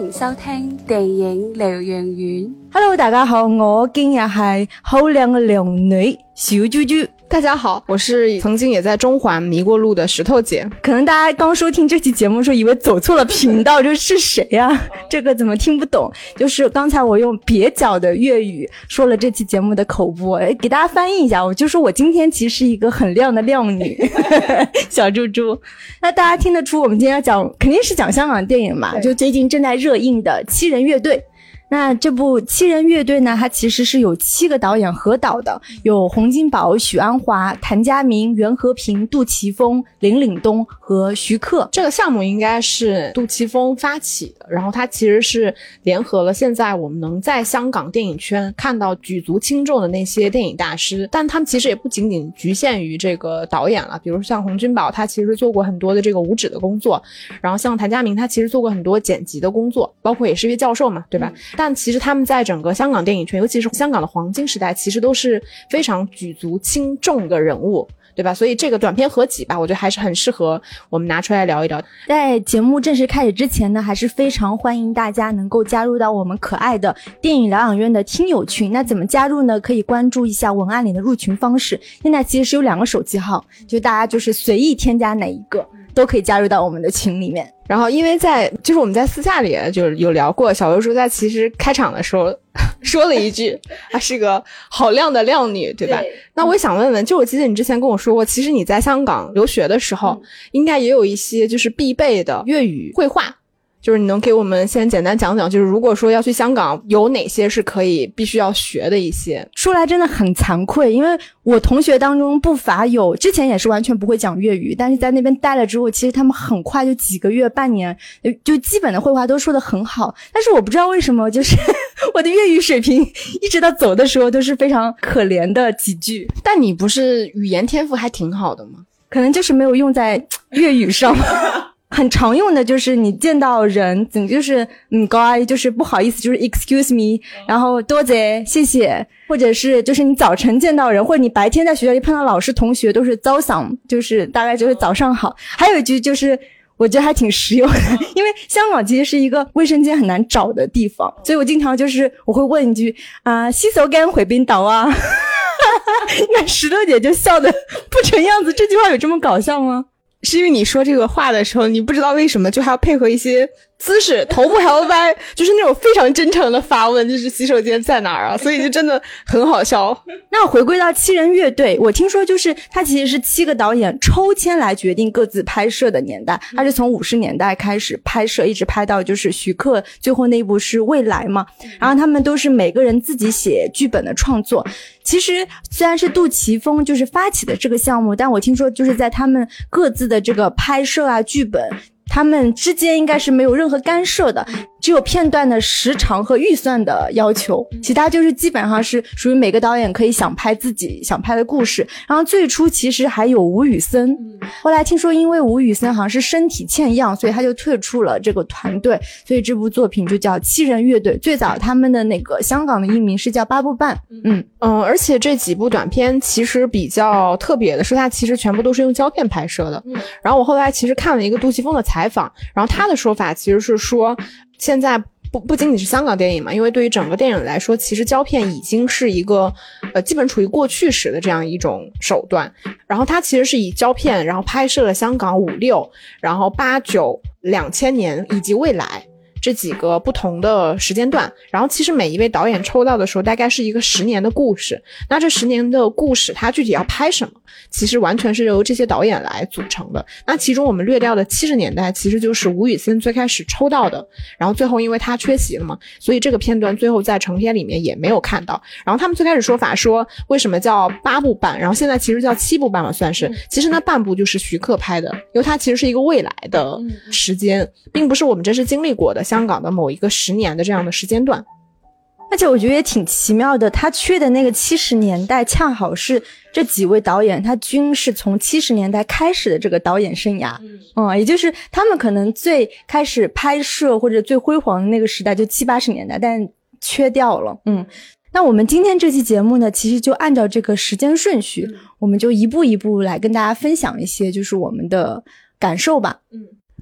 迎收聽電影療養院。 Hello， 大家好，我今日係好靚嘅靚女小豬豬。 大家好，我是曾经也在中环迷过路的石头姐。 可能大家刚收听这期节目的时候以为走错了频道，这是谁啊？这个怎么听不懂？就是刚才我用蹩脚的粤语说了这期节目的口播，给大家翻译一下，我就说我今天其实是一个很靓的靓女小猪猪。那大家听得出我们今天要讲肯定是讲香港电影嘛，就最近正在热映的七人乐队。那这部七人乐队呢，它其实是有7个导演合导的，有洪金宝、许鞍华、谭家明、袁和平、杜琪峰、林岭东和徐克。 这个项目应该是杜琪峰发起的，然后他其实是联合了现在我们能在香港电影圈看到举足轻重的那些电影大师，但他们其实也不仅仅局限于这个导演了，比如像洪金宝他其实做过很多的这个无纸的工作，然后像谭家明他其实做过很多剪辑的工作，包括也是一位教授嘛，对吧？但其实他们在整个香港电影圈，尤其是香港的黄金时代，其实都是非常举足轻重的人物，对吧？所以这个短片合集吧，我觉得还是很适合我们拿出来聊一聊。 在节目正式开始之前呢，还是非常欢迎大家能够加入到我们可爱的电影疗养院的听友群。那怎么加入呢？可以关注一下文案里的入群方式，现在其实是有2个手机号，就大家就是随意添加哪一个都可以加入到我们的群里面。 然后因为就是我们在私下里就是有聊过，小优叔在其实开场的时候说了一句她是个好靓的靓女，对吧？那我也想问问，就我记得你之前跟我说过，其实你在香港留学的时候应该也有一些就是必备的粤语绘画，就是你能给我们先简单讲讲，就是如果说要去香港有哪些是可以必须要学的一些。 说来真的很惭愧，因为我同学当中不乏有之前也是完全不会讲粤语，但是在那边待了之后，其实他们很快就几个月半年就基本的绘画都说得很好。但是我不知道为什么，就是我的粤语水平一直到走的时候都是非常可怜的几句。 但你不是语言天赋还挺好的吗？ 可能就是没有用在粤语上很常用的就是你见到人就是该就是不好意思，就是 excuse me， 然后多谢谢谢，或者是就是你早晨见到人，或者你白天在学校里碰到老师同学都是早上，就是大概就是早上好。还有一句就是我觉得还挺实用的，因为香港其实是一个卫生间很难找的地方，所以我经常就是我会问一句洗手间回边岛啊你看石头姐就笑得不成样子，这句话有这么搞笑吗？ 是因为你说这个话的时候，你不知道为什么就还要配合一些姿势，头部还要歪，就是那种非常真诚的发问，就是洗手间在哪儿啊？所以就真的很好笑。 那回归到七人乐队，我听说就是它其实是7个导演抽签来决定各自拍摄的年代，它是从50年代开始拍摄，一直拍到就是徐克最后那一部是未来嘛，然后他们都是每个人自己写剧本的创作。其实虽然是杜琪峰就是发起的这个项目，但我听说就是在他们各自的这个拍摄啊剧本他们之间应该是没有任何干涉的，只有片段的时长和预算的要求，其他就是基本上是属于每个导演可以想拍自己想拍的故事。然后最初其实还有吴宇森，后来听说因为吴宇森好像是身体欠恙，所以他就退出了这个团队，所以这部作品就叫七人乐队。最早他们的那个香港的译名是叫八部半。 而且这几部短片其实比较特别的是它其实全部都是用胶片拍摄的。然后我后来其实看了一个杜琪峰的采访，然后他的说法其实是说现在不仅仅是香港电影嘛，因为对于整个电影来说，其实胶片已经是一个基本处于过去时的这样一种手段。然后它其实是以胶片然后拍摄了香港5、6，然后8、9、2000年以及未来这几个不同的时间段，然后其实每一位导演抽到的时候大概是一个10年的故事，那这10年的故事它具体要拍什么，其实完全是由这些导演来组成的。那其中我们略掉的70年代其实就是吴宇森最开始抽到的，然后最后因为他缺席了嘛，所以这个片段最后在成片里面也没有看到。然后他们最开始说法说为什么叫8部半，然后现在其实叫7部半了算是，其实那半部就是徐克拍的，因为它其实是一个未来的时间，并不是我们真实经历过的香港的某一个10年的这样的时间段。 而且我觉得也挺奇妙的，他缺的那个70年代恰好是这几位导演他均是从70年代开始的这个导演生涯。也就是他们可能最开始拍摄或者最辉煌的那个时代就70、80年代，但缺掉了。那我们今天这期节目呢，其实就按照这个时间顺序，我们就一步一步来跟大家分享一些就是我们的感受吧。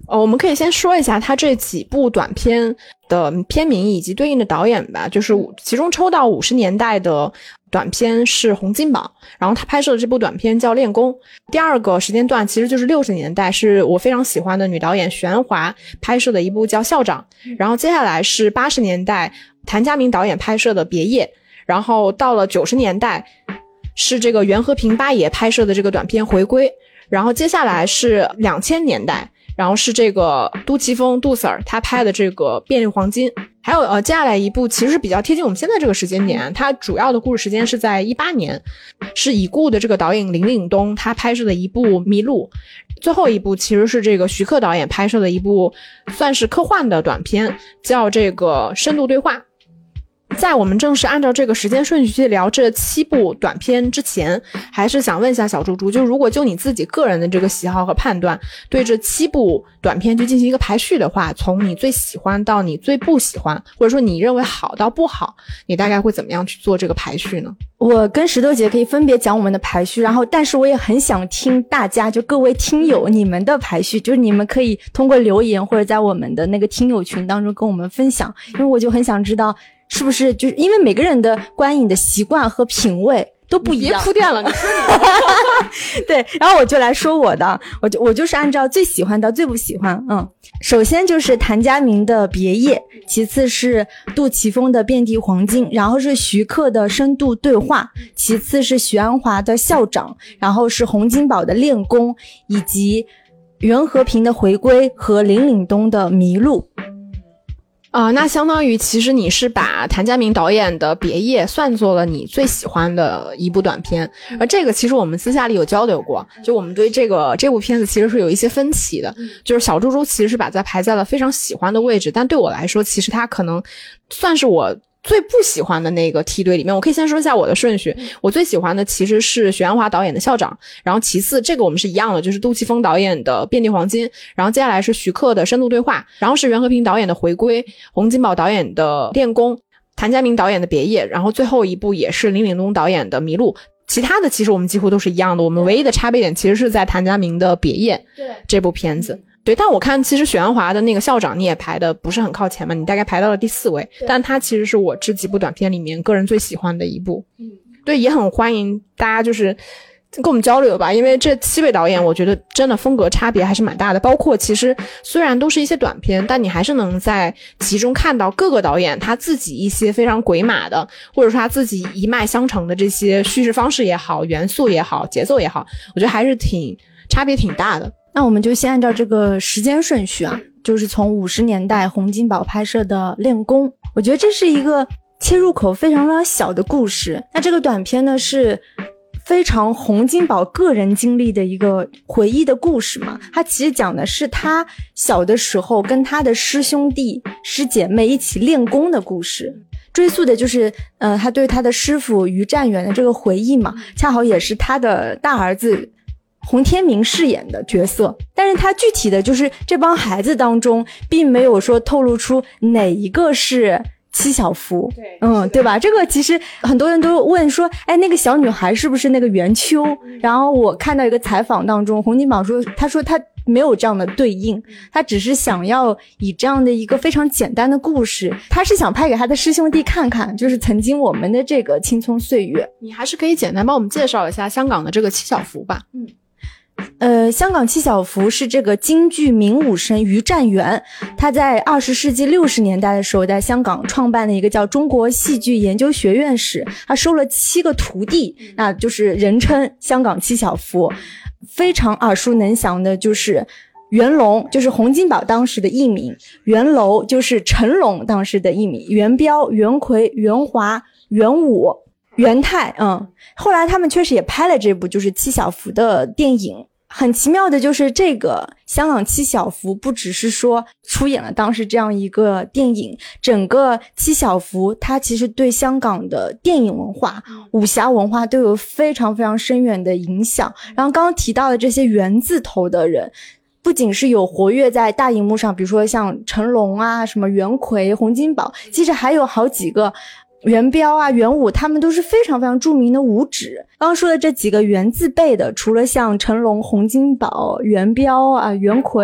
我们可以先说一下它这几部短片的片名以及对应的导演吧，就是其中抽到50年代的短片是洪金宝，然后他拍摄的这部短片叫《练功》。第二个时间段其实就是60年代，是我非常喜欢的女导演许鞍华拍摄的一部叫《校长》，然后接下来是80年代谭家明导演拍摄的《别业》，然后到了90年代是这个袁和平八爷拍摄的这个短片《回归》，然后接下来是2000年代，然后是这个杜琪峰杜 Sir 他拍的这个《便利黄金》，还有接下来一部其实比较贴近我们现在这个时间点，它主要的故事时间是在18年，是已故的这个导演林岭东他拍摄的一部《迷路》，最后一部其实是这个徐克导演拍摄的一部算是科幻的短片，叫这个《深度对话》。在我们正式按照这个时间顺序去聊这7部短片之前，还是想问一下小猪猪，就如果就你自己个人的这个喜好和判断，对这7部短片去进行一个排序的话，从你最喜欢到你最不喜欢，或者说你认为好到不好，你大概会怎么样去做这个排序呢？ 我跟石头姐可以分别讲我们的排序，然后但是我也很想听大家就各位听友你们的排序，就是你们可以通过留言或者在我们的那个听友群当中跟我们分享，因为我就很想知道是不是就是因为每个人的观影的习惯和品味都不一样。 别铺垫了，你说你的对，然后我就来说我的，我就是按照最喜欢到最不喜欢。首先就是谭家明的《别业》，其次是杜琪峰的《遍地黄金》，然后是徐克的《深度对话》，其次是许鞍华的《校长》，然后是洪金宝的《练功》，以及袁和平的《回归》和林岭东的《迷路》。 那相当于其实你是把谭家明导演的《别业》算作了你最喜欢的一部短片，而这个其实我们私下里有交流过，就我们对这部片子其实是有一些分歧的，就是小猪猪其实是把它排在了非常喜欢的位置，但对我来说其实它可能算是我最不喜欢的那个梯队里面。我可以先说一下我的顺序，我最喜欢的其实是许鞍华导演的《校长》，然后其次这个我们是一样的，就是杜琪峰导演的《遍地黄金》，然后接下来是徐克的《深度对话》，然后是袁和平导演的《回归》，洪金宝导演的《练功》，谭家明导演的《别业》，然后最后一部也是林岭东导演的《迷路》。其他的其实我们几乎都是一样的，我们唯一的差别点其实是在谭家明的《别业》这部片子。对，但我看其实许鞍华的那个校长你也排的不是很靠前嘛，你大概排到了第4位，但它其实是我这几部短片里面个人最喜欢的一部。对，也很欢迎大家就是跟我们交流吧，因为这7位导演我觉得真的风格差别还是蛮大的，包括其实虽然都是一些短片，但你还是能在其中看到各个导演他自己一些非常鬼马的，或者说他自己一脉相承的这些叙事方式也好，元素也好，节奏也好，我觉得还是差别挺大的。 那我们就先按照这个时间顺序啊，就是从50年代洪金宝拍摄的《练功》，我觉得这是一个切入口非常非常小的故事。那这个短片呢是非常洪金宝个人经历的一个回忆的故事嘛，他其实讲的是他小的时候跟他的师兄弟师姐妹一起练功的故事，追溯的就是他对他的师傅于占元的这个回忆嘛，恰好也是他的大儿子洪天明饰演的角色，但是他具体的就是这帮孩子当中并没有说透露出哪一个是七小福，对吧？这个其实很多人都问说，哎，那个小女孩是不是那个袁秋？然后我看到一个采访当中，洪金宝说，他说他没有这样的对应，他只是想要以这样的一个非常简单的故事，他是想拍给他的师兄弟看看，就是曾经我们的这个青葱岁月。 你还是可以简单帮我们介绍一下香港的这个七小福吧。 香港七小福是这个京剧名武生于占元，他在20世纪60年代的时候在香港创办了一个叫中国戏剧研究学院时，他收了7个徒弟，那就是人称香港七小福。非常耳熟能详的就是袁龙，就是洪金宝当时的艺名，袁楼就是成龙当时的艺名，袁彪、袁奎、袁华、袁武、袁泰。后来他们确实也拍了这部就是七小福的电影。很奇妙的就是这个香港七小福不只是说出演了当时这样一个电影，整个七小福它其实对香港的电影文化、武侠文化都有非常非常深远的影响。然后刚刚提到的这些袁字头的人，不仅是有活跃在大荧幕上，比如说像成龙啊、什么袁奎、洪金宝，其实还有好几个袁彪啊、袁武，他们都是非常非常著名的武指。刚刚说的这几个袁字辈的，除了像成龙、洪金宝、袁彪啊、袁奎、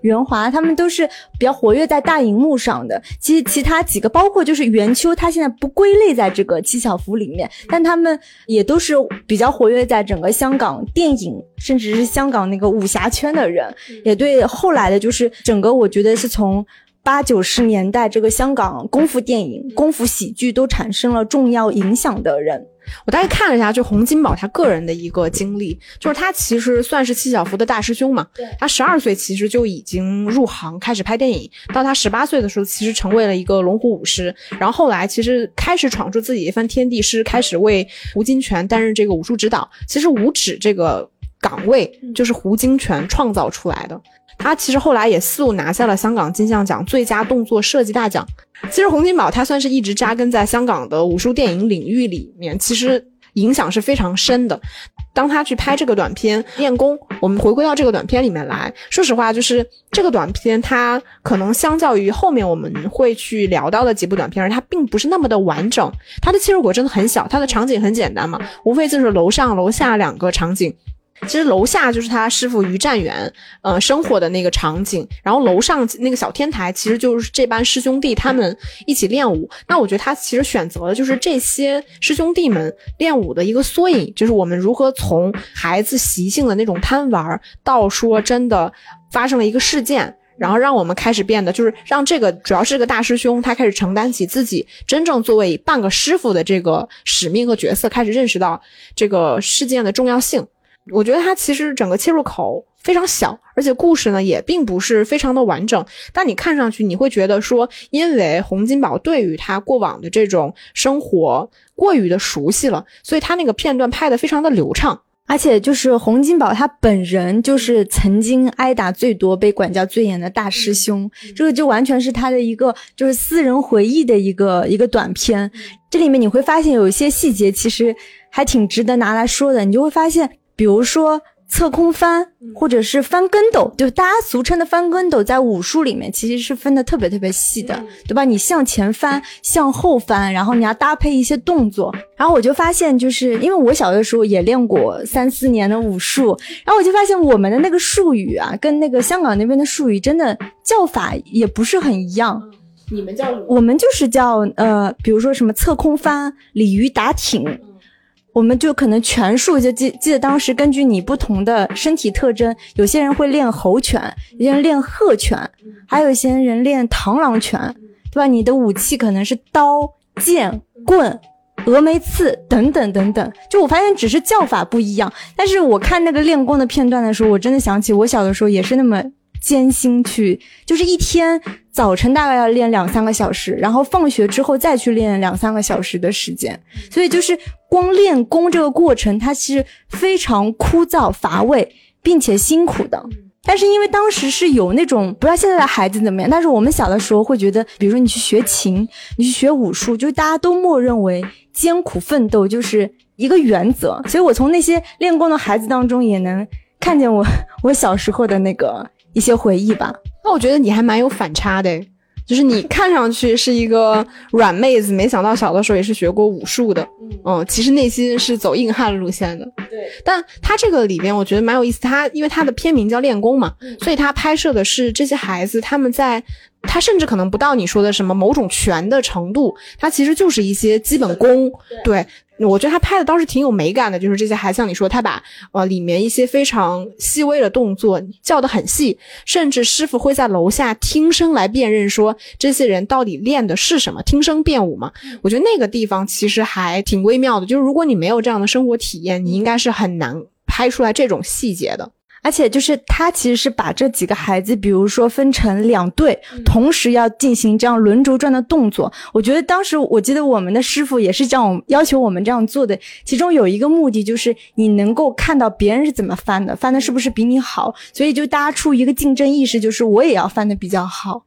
袁华他们都是比较活跃在大荧幕上的。其实其他几个包括就是袁秋，他现在不归类在这个七小福里面，但他们也都是比较活跃在整个香港电影甚至是香港那个武侠圈的人，也对后来的就是整个我觉得是从80、90年代这个香港功夫电影、功夫喜剧都产生了重要影响的人。 我大概看了一下，就洪金宝他个人的一个经历，就是他其实算是七小福的大师兄嘛。他12岁其实就已经入行开始拍电影，到他18岁的时候其实成为了一个龙虎武师，然后后来其实开始闯出自己一番天地，是开始为胡金铨担任这个武术指导。其实武指这个岗位就是胡金铨创造出来的。他其实后来也4度拿下了香港金像奖最佳动作设计大奖。其实洪金宝他算是一直扎根在香港的武术电影领域里面，其实影响是非常深的。当他去拍这个短片练功，我们回归到这个短片里面来，说实话就是这个短片它可能相较于后面我们会去聊到的几部短片，它并不是那么的完整。它的切入口真的很小，它的场景很简单嘛，无非就是楼上楼下2个场景。其实楼下就是他师傅于占元生活的那个场景，然后楼上那个小天台其实就是这班师兄弟他们一起练武。那我觉得他其实选择了就是这些师兄弟们练武的一个缩影，就是我们如何从孩子习性的那种贪玩到说真的发生了一个事件，然后让我们开始变得就是让这个主要是个大师兄他开始承担起自己真正作为半个师傅的这个使命和角色，开始认识到这个事件的重要性。我觉得它其实整个切入口非常小，而且故事呢也并不是非常的完整，但你看上去你会觉得说，因为洪金宝对于他过往的这种生活过于的熟悉了，所以他那个片段拍得非常的流畅。 而且就是洪金宝他本人就是曾经挨打最多被管教最严的大师兄，这个就完全是他的一个就是私人回忆的一个短片。这里面你会发现有一些细节其实还挺值得拿来说的，你就会发现比如说侧空翻或者是翻跟斗，就大家俗称的翻跟斗，在武术里面其实是分的特别特别细的，对吧？你向前翻向后翻，然后你要搭配一些动作。然后我就发现就是因为我小的时候也练过3、4年的武术，然后我就发现我们的那个术语啊跟那个香港那边的术语真的叫法也不是很一样。 你们叫我们就是叫比如说什么侧空翻、鲤鱼打挺，我们就可能拳术就记得当时根据你不同的身体特征，有些人会练猴拳，有些人练鹤拳，还有一些人练螳螂拳，对吧？你的武器可能是刀、剑、棍、峨眉刺等等等等，就我发现只是叫法不一样。但是我看那个练功的片段的时候，我真的想起我小的时候也是那么艰辛去，就是一天早晨大概要练2、3个小时，然后放学之后再去练2、3个小时的时间，所以就是光练功这个过程它是非常枯燥乏味并且辛苦的。但是因为当时是有那种不知道现在的孩子怎么样，但是我们小的时候会觉得比如说你去学琴，你去学武术，就是大家都默认为艰苦奋斗就是一个原则，所以我从那些练功的孩子当中也能看见我小时候的那个一些回忆吧。 那我觉得你还蛮有反差的，就是你看上去是一个软妹子，没想到小的时候也是学过武术的，其实内心是走硬汉路线的。对，但他这个里边我觉得蛮有意思，他因为他的片名叫练功嘛，所以他拍摄的是这些孩子他们在他甚至可能不到你说的什么某种拳的程度，他其实就是一些基本功。对，我觉得他拍的倒是挺有美感的，就是这些孩子像你说他把里面一些非常细微的动作叫得很细，甚至师傅会在楼下听声来辨认说这些人到底练的是什么，听声辨武嘛。我觉得那个地方其实还挺微妙的，就是如果你没有这样的生活体验，你应该是很难拍出来这种细节的。 而且就是他其实是把这几个孩子比如说分成2队，同时要进行这样轮轴转的动作。我觉得当时我记得我们的师傅也是这样要求我们这样做的，其中有一个目的就是你能够看到别人是怎么翻的，翻的是不是比你好，所以就大家出于一个竞争意识，就是我也要翻的比较好。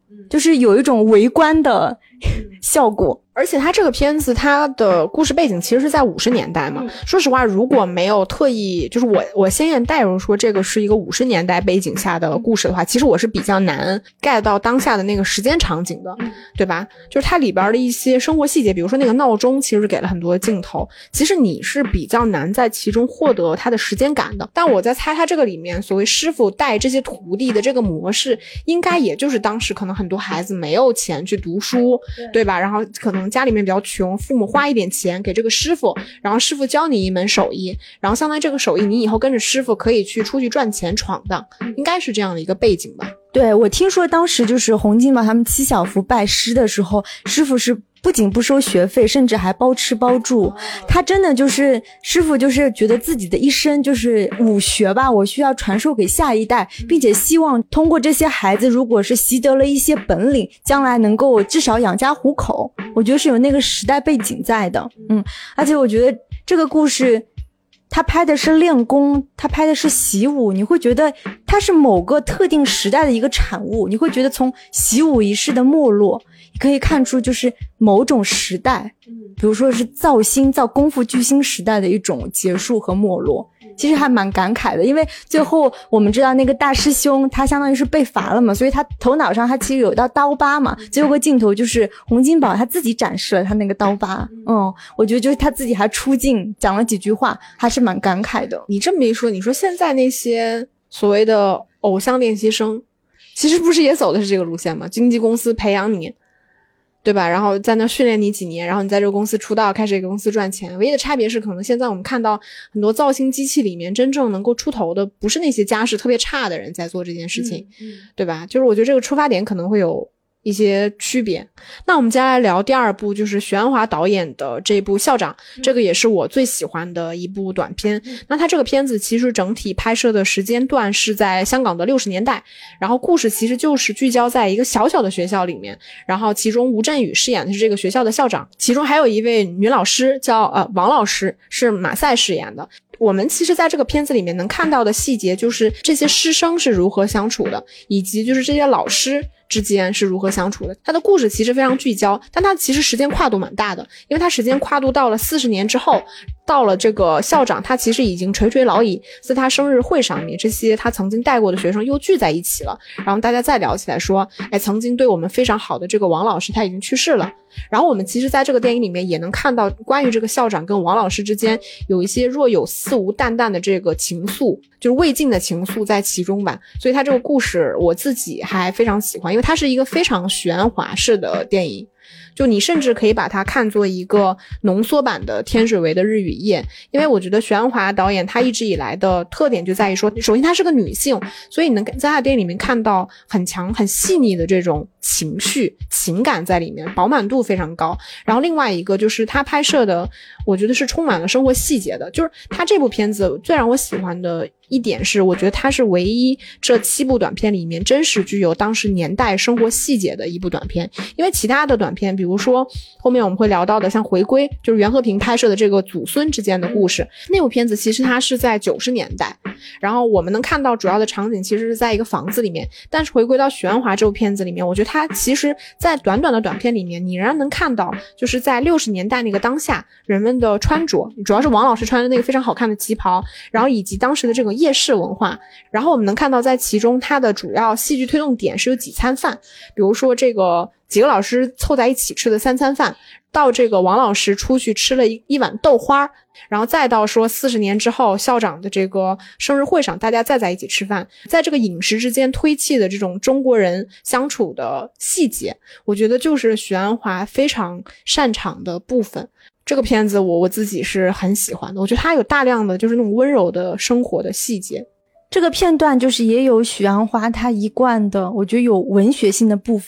就是有一种围观的效果。 而且它这个片子它的故事背景其实是在50年代嘛，说实话如果没有特意就是我先验带入说这个是一个50年代背景下的故事的话，其实我是比较难 get 到当下的那个时间场景的，对吧？就是它里边的一些生活细节，比如说那个闹钟其实是给了很多镜头，其实你是比较难在其中获得它的时间感的。但我在猜它这个里面所谓师傅带这些徒弟的这个模式，应该也就是当时可能很多孩子没有钱去读书，对吧？然后可能家里面比较穷，父母花一点钱给这个师傅，然后师傅教你一门手艺，然后相当于这个手艺你以后跟着师傅可以去出去赚钱闯荡，应该是这样的一个背景吧。 对，我听说当时就是洪金宝他们七小福拜师的时候，师傅是不仅不收学费，甚至还包吃包住。他真的就是师傅就是觉得自己的一生就是武学吧，我需要传授给下一代，并且希望通过这些孩子如果是习得了一些本领，将来能够至少养家糊口。我觉得是有那个时代背景在的。而且我觉得这个故事他拍的是练功，他拍的是习武，你会觉得他是某个特定时代的一个产物，你会觉得从习武仪式的没落你可以看出就是某种时代，比如说是造功夫巨星时代的一种结束和没落，其实还蛮感慨的。因为最后我们知道那个大师兄他相当于是被罚了嘛，所以他头脑上他其实有一道刀疤嘛，最后个镜头就是洪金宝他自己展示了他那个刀疤。我觉得就是他自己还出镜讲了几句话，还是蛮感慨的。 你这么一说，你说现在那些所谓的偶像练习生其实不是也走的是这个路线吗？经纪公司培养你，对吧？然后在那训练你几年，然后你在这个公司出道，开始这个公司赚钱。唯一的差别是可能现在我们看到很多造星机器里面真正能够出头的不是那些家世特别差的人在做这件事情，对吧？就是我觉得这个出发点可能会有一些区别。那我们接下来聊第二部，就是许鞍华导演的这部《校长》，这个也是我最喜欢的一部短片。那它这个片子其实整体拍摄的时间段是在香港的60年代，然后故事其实就是聚焦在一个小小的学校里面，然后其中吴镇宇饰演的是这个学校的校长，其中还有一位女老师叫王老师，是马赛饰演的。我们其实在这个片子里面能看到的细节就是这些师生是如何相处的，以及就是这些老师之间是如何相处的。他的故事其实非常聚焦，但他其实时间跨度蛮大的，因为他时间跨度到了40年之后，到了这个校长他其实已经垂垂老矣，在他生日会上面这些他曾经带过的学生又聚在一起了，然后大家再聊起来说，曾经对我们非常好的这个王老师他已经去世了。然后我们其实在这个电影里面也能看到关于这个校长跟王老师之间有一些若有似无淡淡的这个情愫，就是未尽的情愫在其中吧。所以他这个故事我自己还非常喜欢，因为它是一个非常许鞍华式的电影，就你甚至可以把它看作一个浓缩版的天水围的日与夜。因为我觉得许鞍华导演他一直以来的特点就在于说，首先他是个女性，所以你能在他的电影里面看到很强很细腻的这种情绪情感在里面，饱满度非常高。然后另外一个就是他拍摄的我觉得是充满了生活细节的，就是他这部片子最让我喜欢的一点是，我觉得它是唯一这7部短片里面真实具有当时年代生活细节的一部短片。因为其他的短片比如说后面我们会聊到的像回归，就是袁和平拍摄的这个祖孙之间的故事，那部片子其实它是在90年代，然后我们能看到主要的场景其实是在一个房子里面。但是回归到许鞍华这部片子里面，我觉得它其实在短短的短片里面你仍然能看到就是在60年代那个当下人们的穿着，主要是王老师穿的那个非常好看的旗袍，然后以及当时的这个夜市文化。然后我们能看到在其中它的主要戏剧推动点是有几餐饭，比如说这个几个老师凑在一起吃的3餐饭，到这个王老师出去吃了一碗豆花，然后再到说40年之后校长的这个生日会上大家再在一起吃饭，在这个饮食之间推弃的这种中国人相处的细节，我觉得就是许鞍华非常擅长的部分。这个片子我自己是很喜欢的，我觉得它有大量的就是那种温柔的生活的细节。 这个片段就是也有许鞍华他一贯的我觉得有文学性的部分，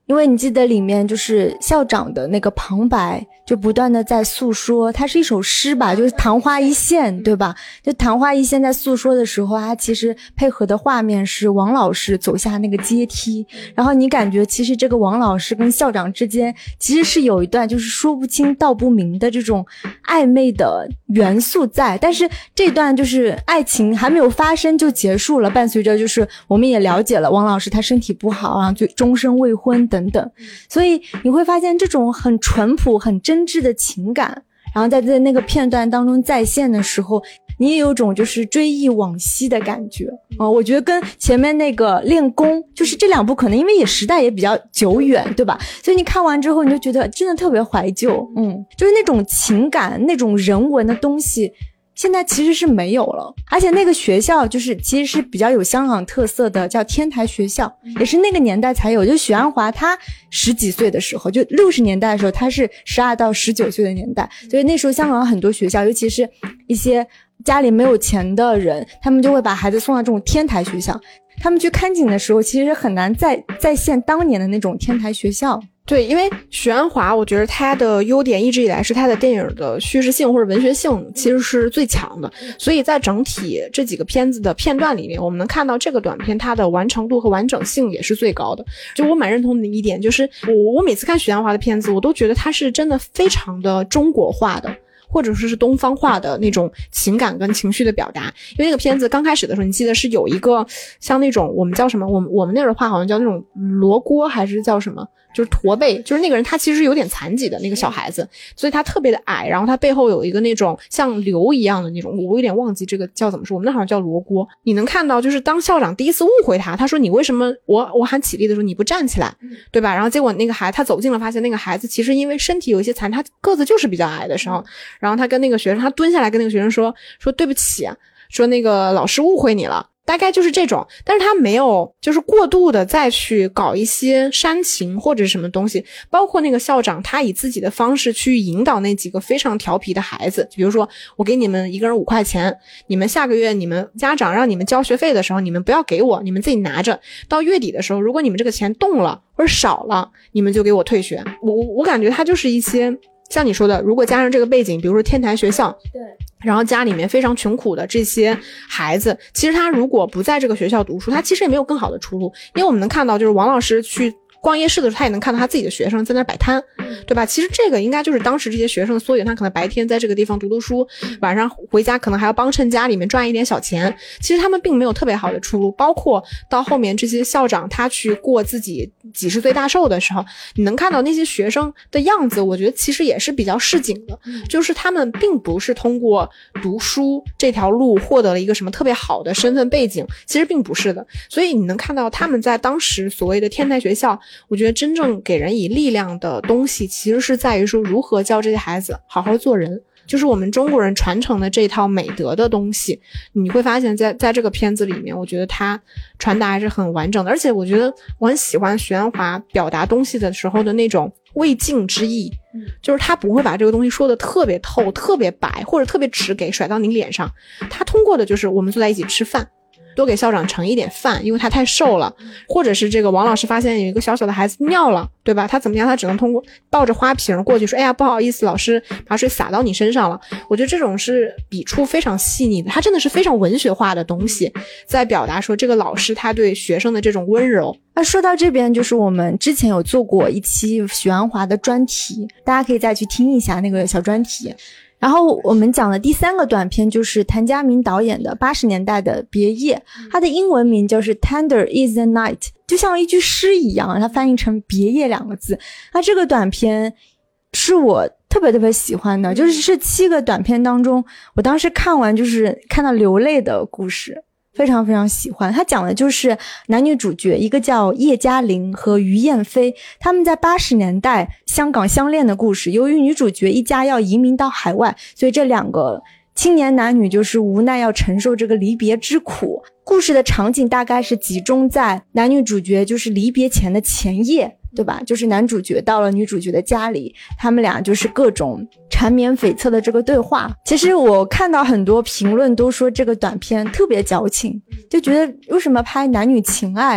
因为你记得里面就是校长的那个旁白就不断的在诉说，它是一首诗吧，就是昙花一现，对吧？就昙花一现在诉说的时候，它其实配合的画面是王老师走下那个阶梯，然后你感觉其实这个王老师跟校长之间其实是有一段就是说不清道不明的这种暧昧的元素在，但是这段就是爱情还没有发生就结束了，伴随着就是我们也了解了王老师他身体不好，然后就终身未婚等等，所以你会发现这种很淳朴很真挚的情感，然后在那个片段当中再现的时候，你也有种就是追忆往昔的感觉我觉得跟前面那个练功就是这两部可能因为也时代也比较久远，对吧？所以你看完之后你就觉得真的特别怀旧，就是那种情感那种人文的东西现在其实是没有了。而且那个学校就是其实是比较有香港特色的，叫天台学校，也是那个年代才有，就许鞍华他10几岁的时候，就60年代的时候他是12到19岁的年代，所以那时候香港很多学校尤其是一些家里没有钱的人，他们就会把孩子送到这种天台学校，他们去看景的时候其实很难再现当年的那种天台学校。 对，因为许鞍华我觉得它的优点一直以来是它的电影的叙事性或者文学性其实是最强的，所以在整体这几个片子的片段里面，我们能看到这个短片它的完成度和完整性也是最高的。就我蛮认同的一点就是我每次看许鞍华的片子，我都觉得它是真的非常的中国化的，或者说是东方化的那种情感跟情绪的表达。因为那个片子刚开始的时候，你记得是有一个像那种我们叫什么，我们那边的话好像叫那种罗锅还是叫什么，就是驼背，就是那个人他其实有点残疾的那个小孩子，所以他特别的矮，然后他背后有一个那种像瘤一样的那种，我有点忘记这个叫怎么说，我们那好像叫罗锅。你能看到就是当校长第一次误会他说你为什么我喊起立的时候你不站起来，对吧？然后结果那个孩子他走近了，发现那个孩子其实因为身体有一些残，他个子就是比较矮的时候，然后他跟那个学生，他蹲下来跟那个学生说对不起，说那个老师误会你了，大概就是这种。但是他没有就是过度的再去搞一些煽情或者什么东西，包括那个校长他以自己的方式去引导那几个非常调皮的孩子，比如说我给你们一个人5块钱，你们下个月你们家长让你们交学费的时候，你们不要给我，你们自己拿着，到月底的时候如果你们这个钱动了或者少了，你们就给我退学。我感觉他就是一些像你说的，如果加上这个背景，比如说天台学校，对，然后家里面非常穷苦的这些孩子，其实他如果不在这个学校读书，他其实也没有更好的出路。因为我们能看到就是王老师去逛夜市的时候，他也能看到他自己的学生在那摆摊，对吧？其实这个应该就是当时这些学生的缩影，他可能白天在这个地方读书，晚上回家可能还要帮衬家里面赚一点小钱，其实他们并没有特别好的出路。包括到后面这些校长他去过自己几十岁大寿的时候，你能看到那些学生的样子，我觉得其实也是比较市井的，就是他们并不是通过读书这条路获得了一个什么特别好的身份背景，其实并不是的。所以你能看到他们在当时所谓的天台学校，我觉得真正给人以力量的东西其实是在于说如何教这些孩子好好做人，就是我们中国人传承的这套美德的东西。你会发现在这个片子里面，我觉得它传达还是很完整的。而且我觉得我很喜欢许鞍华表达东西的时候的那种未尽之意，就是他不会把这个东西说的特别透特别白或者特别直给甩到你脸上，他通过的就是我们坐在一起吃饭，多给校长盛一点饭，因为他太瘦了，或者是这个王老师发现有一个小小的孩子尿了，对吧？他怎么样，他只能通过抱着花瓶过去说，哎呀不好意思，老师把水洒到你身上了。我觉得这种是笔触非常细腻的，他真的是非常文学化的东西，在表达说这个老师他对学生的这种温柔。 那说到这边，就是我们之前有做过一期许鞍华的专题，大家可以再去听一下那个小专题。然后我们讲的第3个短片就是谭家明导演的80年代的别业，它的英文名就是 Tender is the Night， 就像一句诗一样，它翻译成别业2个字。那这个短片是我特别特别喜欢的，就是这7个短片当中，我当时看完就是看到流泪的故事，非常非常喜欢。他讲的就是男女主角，一个叫叶嘉玲和于燕飞，他们在80年代香港相恋的故事。由于女主角一家要移民到海外，所以这2个青年男女就是无奈要承受这个离别之苦。故事的场景大概是集中在男女主角就是离别前的前夜，对吧？就是男主角到了女主角的家里，他们俩就是各种缠绵悱恻的这个对话。其实我看到很多评论都说这个短片特别矫情，就觉得为什么拍男女情爱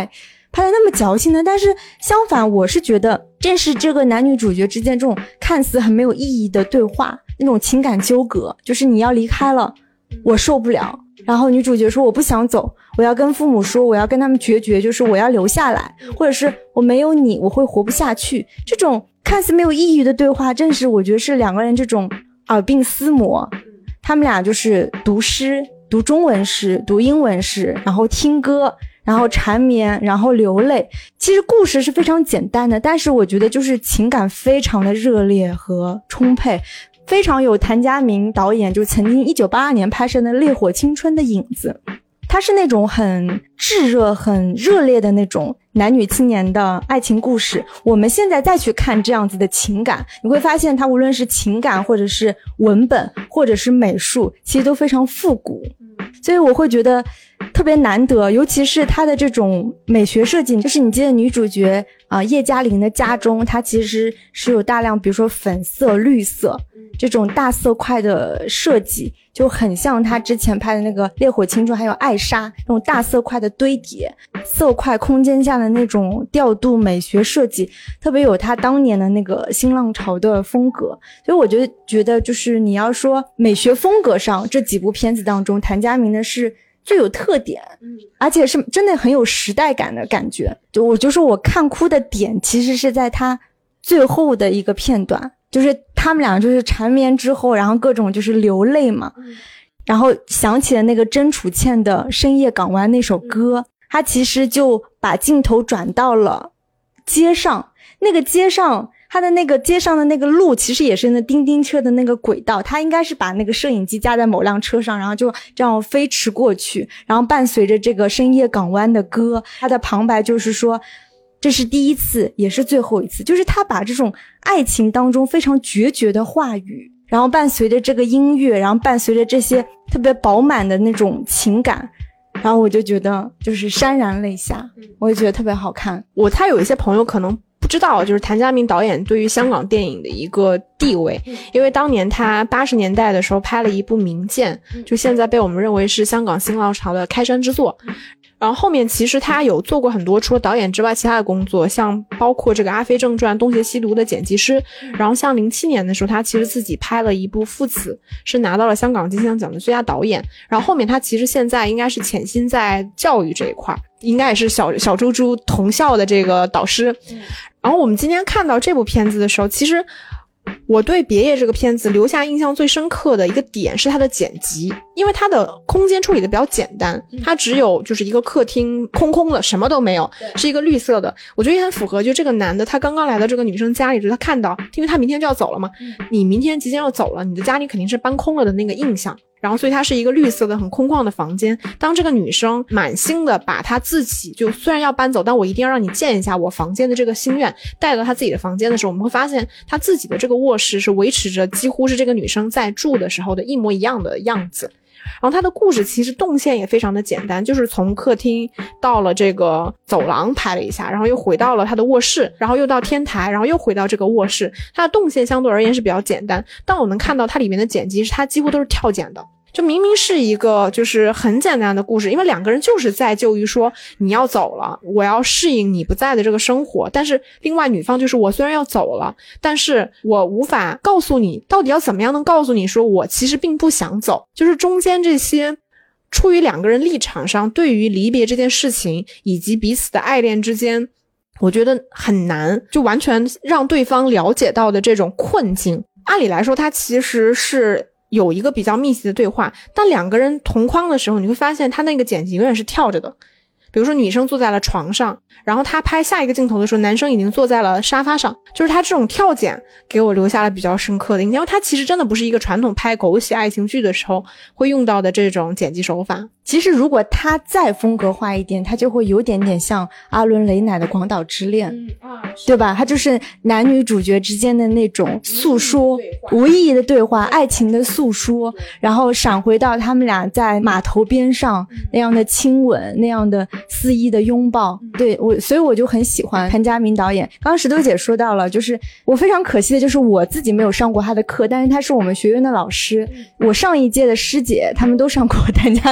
拍的那么矫情呢？但是相反，我是觉得正是这个男女主角之间这种看似很没有意义的对话，那种情感纠葛，就是你要离开了，我受不了，然后女主角说我不想走，我要跟父母说，我要跟他们决绝，就是我要留下来，或者是我没有你我会活不下去。这种看似没有意义的对话，正是我觉得是两个人这种耳鬓厮磨。他们俩就是读诗，读中文诗，读英文诗，然后听歌，然后缠绵，然后流泪。其实故事是非常简单的，但是我觉得就是情感非常的热烈和充沛，非常有谭家明导演就曾经1982年拍摄的《烈火青春》的影子。它是那种很炙热很热烈的那种男女青年的爱情故事。我们现在再去看这样子的情感，你会发现它无论是情感或者是文本或者是美术，其实都非常复古。所以我会觉得特别难得，尤其是它的这种美学设计，就是你记得女主角叶嘉玲的家中，它其实是有大量比如说粉色绿色这种大色块的设计，就很像她之前拍的那个《烈火青春》还有《艾莎》那种大色块的堆叠，色块空间下的那种调度美学设计，特别有她当年的那个新浪潮的风格。所以我觉得就是你要说美学风格上，这几部片子当中谭家明的是最有特点，而且是真的很有时代感的感觉。我就说我看哭的点其实是在他最后的一个片段，就是他们俩就是缠绵之后，然后各种就是流泪嘛，然后想起了那个曾楚倩的《深夜港湾》那首歌，他其实就把镜头转到了街上，那个街上他的那个街上的那个路其实也是那叮叮车的那个轨道，他应该是把那个摄影机架在某辆车上，然后就这样飞驰过去，然后伴随着这个深夜港湾的歌，他的旁白就是说这是第一次也是最后一次，就是他把这种爱情当中非常决绝的话语，然后伴随着这个音乐，然后伴随着这些特别饱满的那种情感，然后我就觉得就是潸然泪下，我就觉得特别好看。 他有一些朋友可能不知道，就是谭家明导演对于香港电影的一个地位，因为当年他80年代的时候拍了一部《明剑》，就现在被我们认为是香港新浪潮的开山之作。然后后面其实他有做过很多除了导演之外其他的工作，像包括这个《阿飞正传》《东邪西毒》的剪辑师，然后像07年的时候他其实自己拍了一部《父子》，是拿到了香港金像奖的最佳导演。然后后面他其实现在应该是潜心在教育这一块，应该也是小猪猪同校的这个导师。然后我们今天看到这部片子的时候，其实我对别业这个片子留下印象最深刻的一个点是它的剪辑，因为它的空间处理的比较简单，它只有就是一个客厅空空的，什么都没有，是一个绿色的。我觉得也很符合就这个男的他刚刚来到这个女生家里时，他看到因为他明天就要走了嘛，你明天即将要走了，你的家里肯定是搬空了的那个印象。然后所以它是一个绿色的很空旷的房间，当这个女生满心的把她自己就虽然要搬走，但我一定要让你见一下我房间的这个心愿带到她自己的房间的时候，我们会发现她自己的这个卧室是维持着几乎是这个女生在住的时候的一模一样的样子。然后她的故事其实动线也非常的简单，就是从客厅到了这个走廊拍了一下，然后又回到了她的卧室，然后又到天台，然后又回到这个卧室，她的动线相对而言是比较简单。但我能看到它里面的剪辑是它几乎都是跳剪的，就明明是一个就是很简单的故事，因为两个人就是在就于说你要走了，我要适应你不在的这个生活，但是另外女方就是我虽然要走了，但是我无法告诉你到底要怎么样能告诉你说我其实并不想走，就是中间这些出于两个人立场上对于离别这件事情以及彼此的爱恋之间，我觉得很难就完全让对方了解到的这种困境。按理来说它其实是有一个比较密集的对话，但两个人同框的时候，你会发现他那个剪辑永远是跳着的。比如说女生坐在了床上，然后他拍下一个镜头的时候，男生已经坐在了沙发上，就是他这种跳剪给我留下了比较深刻的印象，因为他其实真的不是一个传统拍狗血爱情剧的时候会用到的这种剪辑手法。 其实如果他再风格化一点，他就会有点点像阿伦雷乃的《广岛之恋》对吧？他就是男女主角之间的那种诉说，无意义的对话，爱情的诉说，然后闪回到他们俩在码头边上那样的亲吻，那样的肆意的拥抱。对，所以我就很喜欢谭家明导演。刚刚石头姐说到了，就是我非常可惜的就是我自己没有上过他的课，但是他是我们学院的老师，我上一届的师姐他们都上过谭家明老师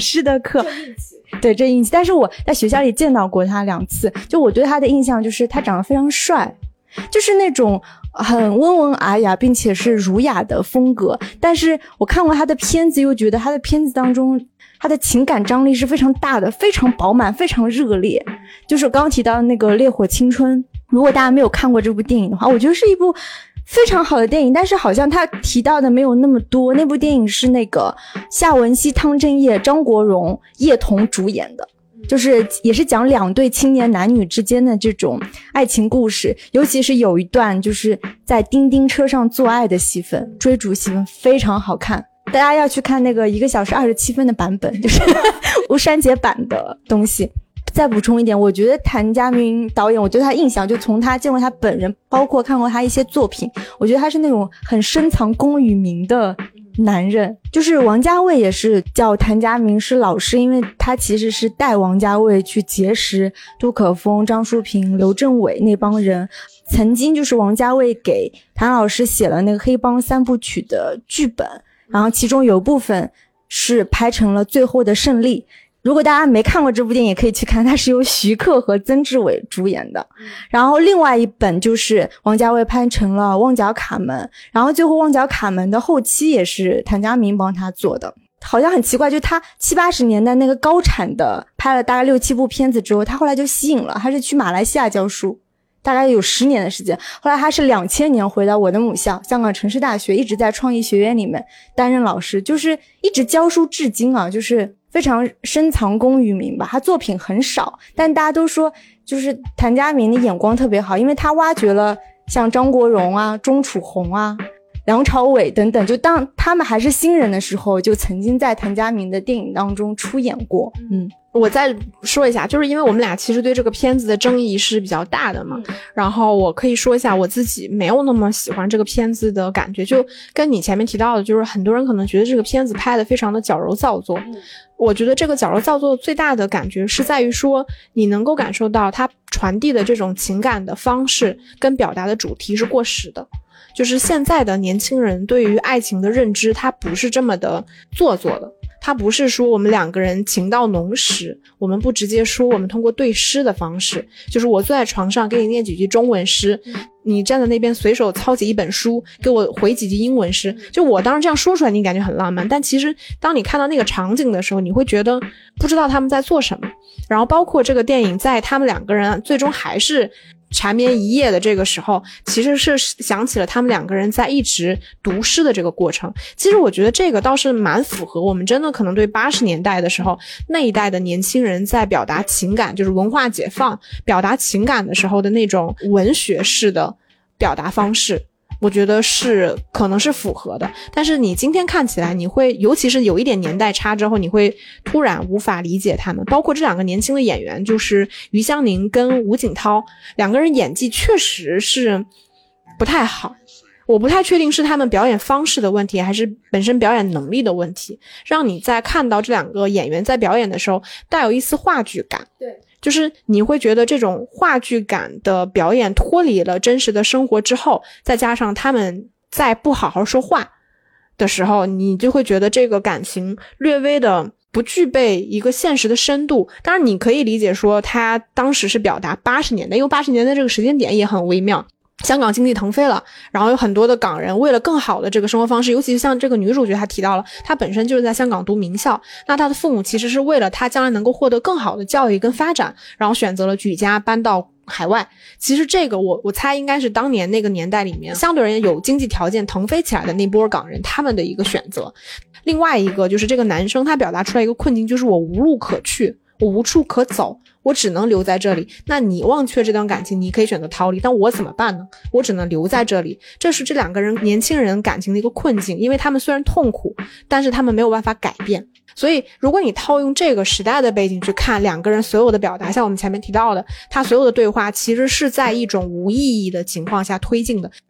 师的课。对，这运气。但是我在学校里见到过他2次，就我对他的印象就是他长得非常帅，就是那种很温文尔雅并且是儒雅的风格。但是我看过他的片子，又觉得他的片子当中他的情感张力是非常大的，非常饱满，非常热烈。就是我刚刚提到的那个《烈火青春》，如果大家没有看过这部电影的话，我觉得是一部非常好的电影，但是好像他提到的没有那么多。那部电影是那个夏文熙、汤镇业、张国荣、叶童主演的，就是也是讲2对青年男女之间的这种爱情故事，尤其是有一段就是在叮叮车上做爱的戏份，追逐戏份非常好看。大家要去看那个1个小时27分的版本，就是无删节版的东西。再补充一点，我觉得谭家明导演，我对他印象就从他见过他本人，包括看过他一些作品，我觉得他是那种很深藏功与名的男人。就是王家卫也是叫谭家明是老师，因为他其实是带王家卫去结识杜可风、张淑平、刘镇伟那帮人。曾经就是王家卫给谭老师写了那个黑帮3部曲的剧本，然后其中有部分是拍成了《最后的胜利》。如果大家没看过这部电影，也可以去看，它是由徐克和曾志伟主演的。然后另外一本就是王家卫拍成了《旺角卡门》，然后最后《旺角卡门》的后期也是谭家明帮他做的。好像很奇怪，就他70、80年代那个高产的拍了大概6、7部片子之后，他后来就息影了，他是去马来西亚教书，大概有10年的时间。后来他是2000年回到我的母校香港城市大学，一直在创意学院里面担任老师，就是一直教书至今啊，就是非常深藏功与名吧。他作品很少，但大家都说就是谭家明的眼光特别好，因为他挖掘了像张国荣啊、钟楚红啊、梁朝伟等等，就当他们还是新人的时候，就曾经在谭家明的电影当中出演过。 我再说一下，就是因为我们俩其实对这个片子的争议是比较大的嘛，然后我可以说一下我自己没有那么喜欢这个片子的感觉，就跟你前面提到的，就是很多人可能觉得这个片子拍得非常的矫揉造作。我觉得这个矫揉造作最大的感觉是在于说，你能够感受到它传递的这种情感的方式跟表达的主题是过时的。就是现在的年轻人对于爱情的认知，它不是这么的做作的，它不是说我们2个人情到浓时，我们不直接说，我们通过对诗的方式，就是我坐在床上给你念几句中文诗，你站在那边随手抄起一本书给我回几句英文诗。就我当时这样说出来你感觉很浪漫，但其实当你看到那个场景的时候，你会觉得不知道他们在做什么。然后包括这个电影在他们2个人最终还是缠绵一夜的这个时候，其实是想起了他们2个人在一直读诗的这个过程。其实我觉得这个倒是蛮符合我们真的可能对80年代的时候那一代的年轻人在表达情感，就是文化解放表达情感的时候的那种文学式的表达方式，我觉得是可能是符合的。但是你今天看起来，你会尤其是有一点年代差之后，你会突然无法理解他们。包括这2个年轻的演员，就是于香凝跟吴锦涛，2个人演技确实是不太好。我不太确定是他们表演方式的问题，还是本身表演能力的问题，让你在看到这2个演员在表演的时候带有一丝话剧感。对，就是你会觉得这种话剧感的表演脱离了真实的生活之后，再加上他们在不好好说话的时候，你就会觉得这个感情略微的不具备一个现实的深度。当然你可以理解说他当时是表达80年代，因为80年代这个时间点也很微妙，香港经济腾飞了，然后有很多的港人为了更好的这个生活方式，尤其是像这个女主角她提到了她本身就是在香港读名校，那她的父母其实是为了她将来能够获得更好的教育跟发展，然后选择了举家搬到海外。其实这个我猜应该是当年那个年代里面相对而言有经济条件腾飞起来的那波港人他们的一个选择。另外一个就是这个男生他表达出来一个困境，就是我无路可去，我无处可走，我只能留在这里。那你忘却这段感情，你可以选择逃离，但我怎么办呢？我只能留在这里。这是这2个人年轻人感情的一个困境，因为他们虽然痛苦，但是他们没有办法改变。所以如果你套用这个时代的背景去看2个人所有的表达，像我们前面提到的，他所有的对话其实是在一种无意义的情况下推进的。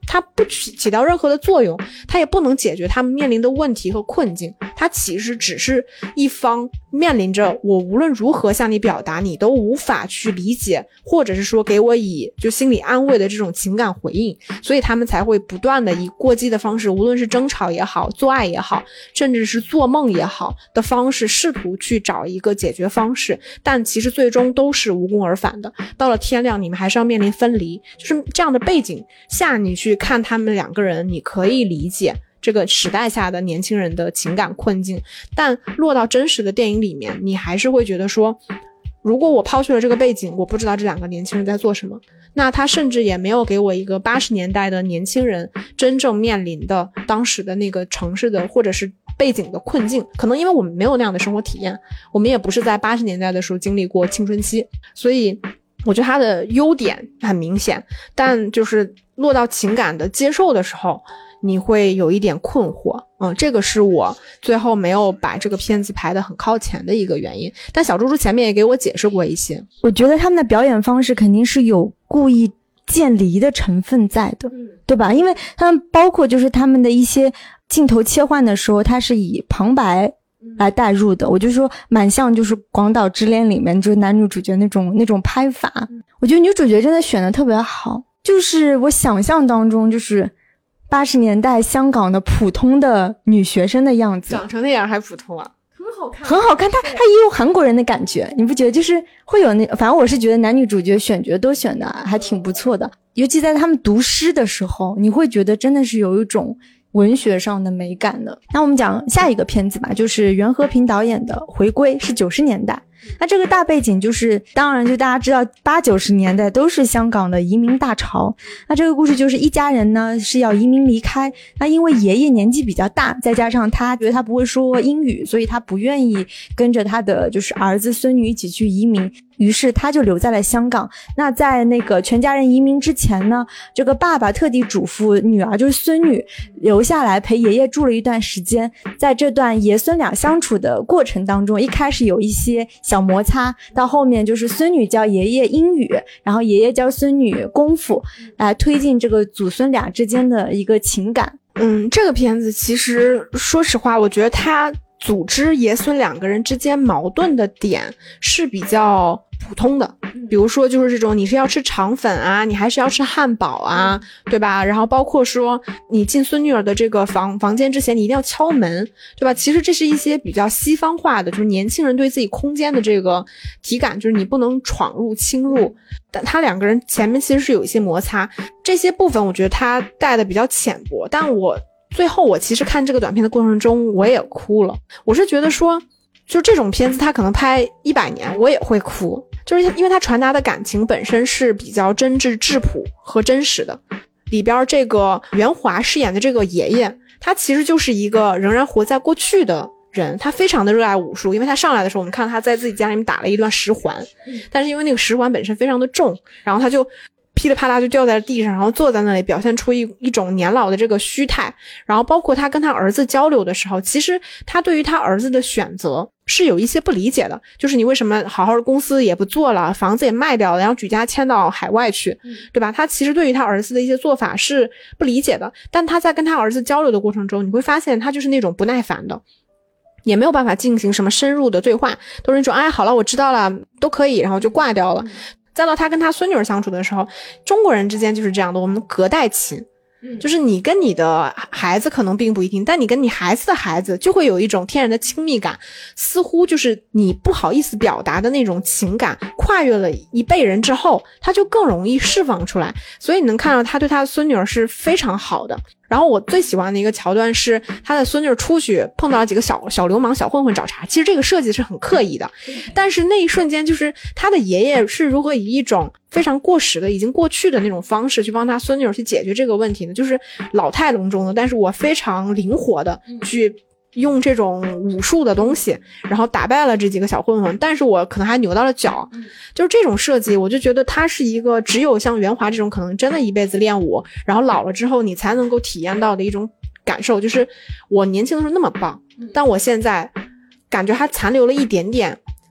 它不起到任何的作用，它也不能解决他们面临的问题和困境，它其实只是一方面临着我无论如何向你表达你都无法去理解，或者是说给我以就心理安慰的这种情感回应，所以他们才会不断的以过激的方式，无论是争吵也好，做爱也好，甚至是做梦也好的方式，试图去找一个解决方式，但其实最终都是无功而返的。到了天亮你们还是要面临分离，就是这样的背景下你去看他们两个人，你可以理解这个时代下的年轻人的情感困境，但落到真实的电影里面，你还是会觉得说，如果我抛去了这个背景，我不知道这两个年轻人在做什么，那他甚至也没有给我一个80年代的年轻人真正面临的当时的那个城市的或者是背景的困境，可能因为我们没有那样的生活体验，我们也不是在80年代的时候经历过青春期，所以我觉得它的优点很明显，但就是落到情感的接受的时候，你会有一点困惑。这个是我最后没有把这个片子排得很靠前的一个原因。但小猪猪前面也给我解释过一些。 我觉得他们的表演方式肯定是有故意渐离的成分在的，对吧？因为他们包括就是他们的一些镜头切换的时候，它是以旁白来带入的，我就说蛮像就是《广岛之恋》里面就是男女主角那种拍法。我觉得女主角真的选得特别好，就是我想象当中就是80年代香港的普通的女学生的样子， 长成那样还普通啊？ 很好看，她也有韩国人的感觉，你不觉得？就是会有反正我是觉得男女主角选角都选的还挺不错的，尤其在他们读诗的时候，你会觉得真的是有一种文学上的美感的。那我们讲下一个片子吧，就是袁和平导演的《回归》，是90年代。那这个大背景就是当然就大家知道80、90年代都是香港的移民大潮。那这个故事就是一家人呢是要移民离开，那因为爷爷年纪比较大，再加上他觉得他不会说英语，所以他不愿意跟着他的就是儿子孙女一起去移民，于是他就留在了香港。那在那个全家人移民之前呢，这个爸爸特地嘱咐女儿就是孙女留下来陪爷爷住了一段时间。在这段爷孙俩相处的过程当中，一开始有一些小摩擦，到后面就是孙女教爷爷英语，然后爷爷教孙女功夫，来推进这个祖孙俩之间的一个情感。 这个片子其实说实话，我觉得它组织爷孙两个人之间矛盾的点是比较普通的，比如说就是这种你是要吃肠粉啊，你还是要吃汉堡啊，对吧？然后包括说你进孙女儿的这个房间之前你一定要敲门，对吧？其实这是一些比较西方化的，就是年轻人对自己空间的这个体感，就是你不能闯入侵入，但他两个人前面其实是有一些摩擦，这些部分我觉得他带的比较浅薄，但最后我其实看这个短片的过程中我也哭了。我是觉得说就这种片子他可能拍100年我也会哭，就是因为他传达的感情本身是比较真挚质朴和真实的。里边这个袁华饰演的这个爷爷，他其实就是一个仍然活在过去的人，他非常的热爱武术，因为他上来的时候我们看到他在自己家里面打了一段十环，但是因为那个十环本身非常的重，然后他就噼里啪啦就掉在地上，然后坐在那里表现出一种年老的这个虚态。然后包括他跟他儿子交流的时候，其实他对于他儿子的选择是有一些不理解的，就是你为什么好好的公司也不做了，房子也卖掉了，然后举家迁到海外去，对吧？他其实对于他儿子的一些做法是不理解的，但他在跟他儿子交流的过程中，你会发现他就是那种不耐烦的，也没有办法进行什么深入的对话，都是那种哎好了我知道了都可以，然后就挂掉了。再到他跟他孙女儿相处的时候，中国人之间就是这样的，我们隔代亲，就是你跟你的孩子可能并不一定，但你跟你孩子的孩子就会有一种天然的亲密感，似乎就是你不好意思表达的那种情感跨越了一辈人之后，他就更容易释放出来。所以你能看到他对他的孙女儿是非常好的。然后我最喜欢的一个桥段是他的孙女出去碰到了几个小流氓小混混找茬，其实这个设计是很刻意的，但是那一瞬间就是他的爷爷是如何以一种非常过时的已经过去的那种方式去帮他孙女去解决这个问题呢，就是老态龙钟的，但是我非常灵活的去用这种武术的东西然后打败了这几个小混混，但是我可能还扭到了脚，就是这种设计我就觉得他是一个只有像袁华这种可能真的一辈子练武，然后老了之后你才能够体验到的一种感受，就是我年轻的时候那么棒，但我现在感觉还残留了一点点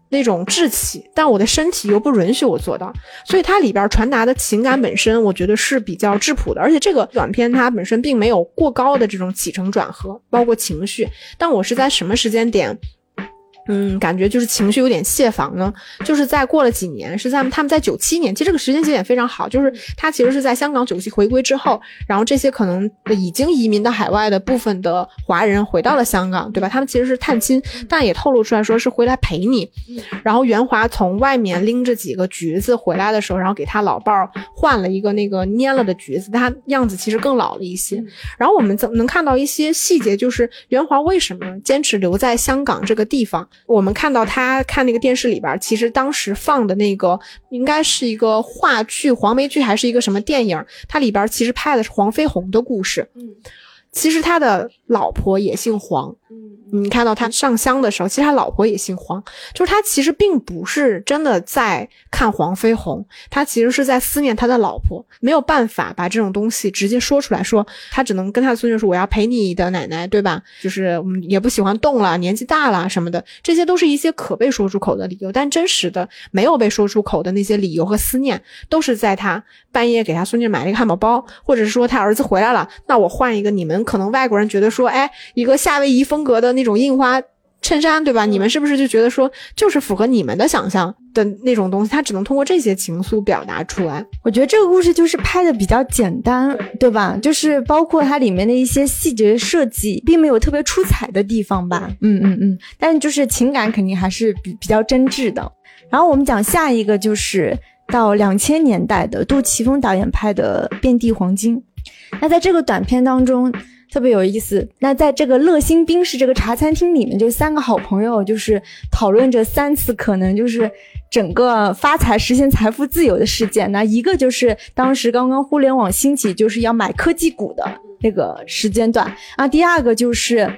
那种志气，但我的身体又不允许我做到，所以它里边传达的情感本身我觉得是比较质朴的，而且这个短片它本身并没有过高的这种起承转合，包括情绪，但我是在什么时间点感觉就是情绪有点泄防呢，就是在过了几年，是在他们在97年，其实这个时间节点非常好，就是他其实是在香港90回归之后，然后这些可能已经移民到海外的部分的华人回到了香港，对吧？他们其实是探亲，但也透露出来说是回来陪你。然后袁华从外面拎着几个橘子回来的时候，然后给他老伴儿换了一个那个蔫了的橘子，他样子其实更老了一些。然后我们能看到一些细节，就是袁华为什么坚持留在香港这个地方。我们看到他看那个电视里边，其实当时放的那个应该是一个话剧、黄梅剧还是一个什么电影，它里边其实拍的是黄飞鸿的故事。其实他的老婆也姓黄。你看到他上香的时候，其实他老婆也姓黄，就是他其实并不是真的在看黄飞鸿，他其实是在思念他的老婆，没有办法把这种东西直接说出来，说他只能跟他的孙女说我要陪你的奶奶，对吧？就是也不喜欢动了，年纪大了什么的，这些都是一些可被说出口的理由，但真实的没有被说出口的那些理由和思念，都是在他半夜给他孙女买了一个汉堡包，或者是说他儿子回来了，那我换一个你们可能外国人觉得说，哎，一个夏威夷风格的那种印花衬衫，对吧？你们是不是就觉得说就是符合你们的想象的那种东西，他只能通过这些情愫表达出来。 我觉得这个故事就是拍的比较简单，对吧？就是包括它里面的一些细节设计并没有特别出彩的地方吧。但就是情感肯定还是比较真挚的。然后我们讲下一个就是到2000年代的杜琪峰导演拍的《遍地黄金》。那在这个短片当中特别有意思，那在这个乐心宾士这个茶餐厅里面，就3个好朋友就是讨论着3次可能就是整个发财实现财富自由的事件。那一个就是当时刚刚互联网兴起，就是要买科技股的那个时间段啊。第二个就是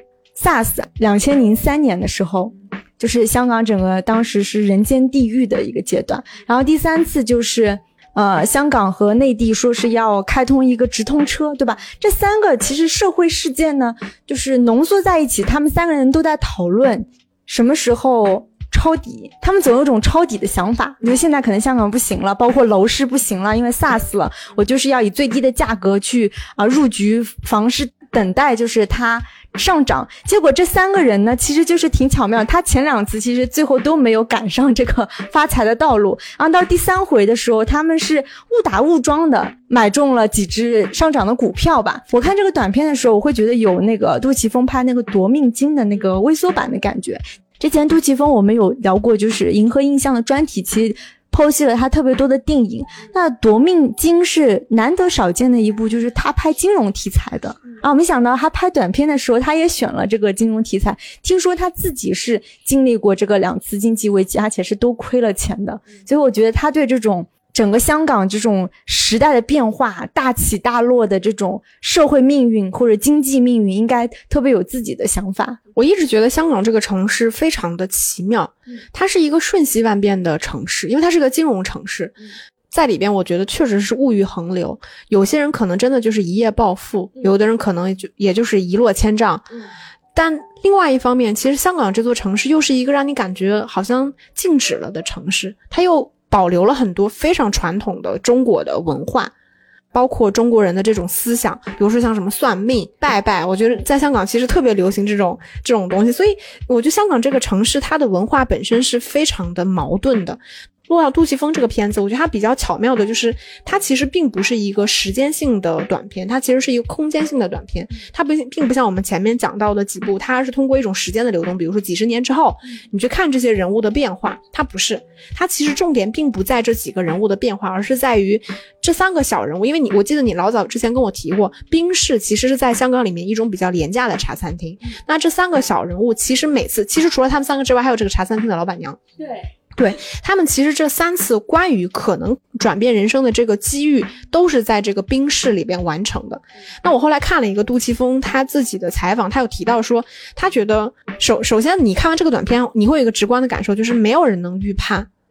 SARS 2003年的时候，就是香港整个当时是人间地狱的一个阶段。然后第3次就是香港和内地说是要开通一个直通车，对吧？这3个其实社会事件呢，就是浓缩在一起，他们3个人都在讨论什么时候抄底，他们总有一种抄底的想法，因为现在可能香港不行了，包括楼市不行了，因为 SARS 了，我就是要以最低的价格去入局房市，等待就是它上涨。结果这3个人呢其实就是挺巧妙，他前2次其实最后都没有赶上这个发财的道路，然后到第3回的时候他们是误打误撞的买中了几只上涨的股票吧。我看这个短片的时候，我会觉得有那个杜琪峰拍那个夺命金的那个微缩版的感觉。之前杜琪峰我们有聊过，就是银河印象的专题，其实剖析了他特别多的电影。那夺命金是难得少见的一部，就是他拍金融题材的啊。没想到他拍短片的时候他也选了这个金融题材，听说他自己是经历过这个2次经济危机，而且是都亏了钱的，所以我觉得他对这种整个香港这种时代的变化，大起大落的这种社会命运或者经济命运应该特别有自己的想法。 我一直觉得香港这个城市非常的奇妙，它是一个瞬息万变的城市，因为它是个金融城市，在里边我觉得确实是物欲横流，有些人可能真的就是一夜暴富，有的人可能也就是一落千丈。但另外一方面，其实香港这座城市又是一个让你感觉好像静止了的城市，它又保留了很多非常传统的中国的文化，包括中国人的这种思想，比如说像什么算命拜拜，我觉得在香港其实特别流行这种东西。所以我觉得香港这个城市它的文化本身是非常的矛盾的。落到杜琪峰这个片子，我觉得它比较巧妙的就是它其实并不是一个时间性的短片，它其实是一个空间性的短片。它并不像我们前面讲到的几部，它是通过一种时间的流动，比如说几十年之后你去看这些人物的变化，它不是，它其实重点并不在这几个人物的变化，而是在于这3个小人物。因为我记得你老早之前跟我提过，宾士其实是在香港里面一种比较廉价的茶餐厅，那这3个小人物其实每次其实除了他们3个之外，还有这个茶餐厅的老板娘，对，他们其实这3次关于可能转变人生的这个机遇都是在这个宾士里边完成的。那我后来看了一个杜琪峰他自己的采访，他有提到说他觉得首先你看完这个短片你会有一个直观的感受，就是没有人能预判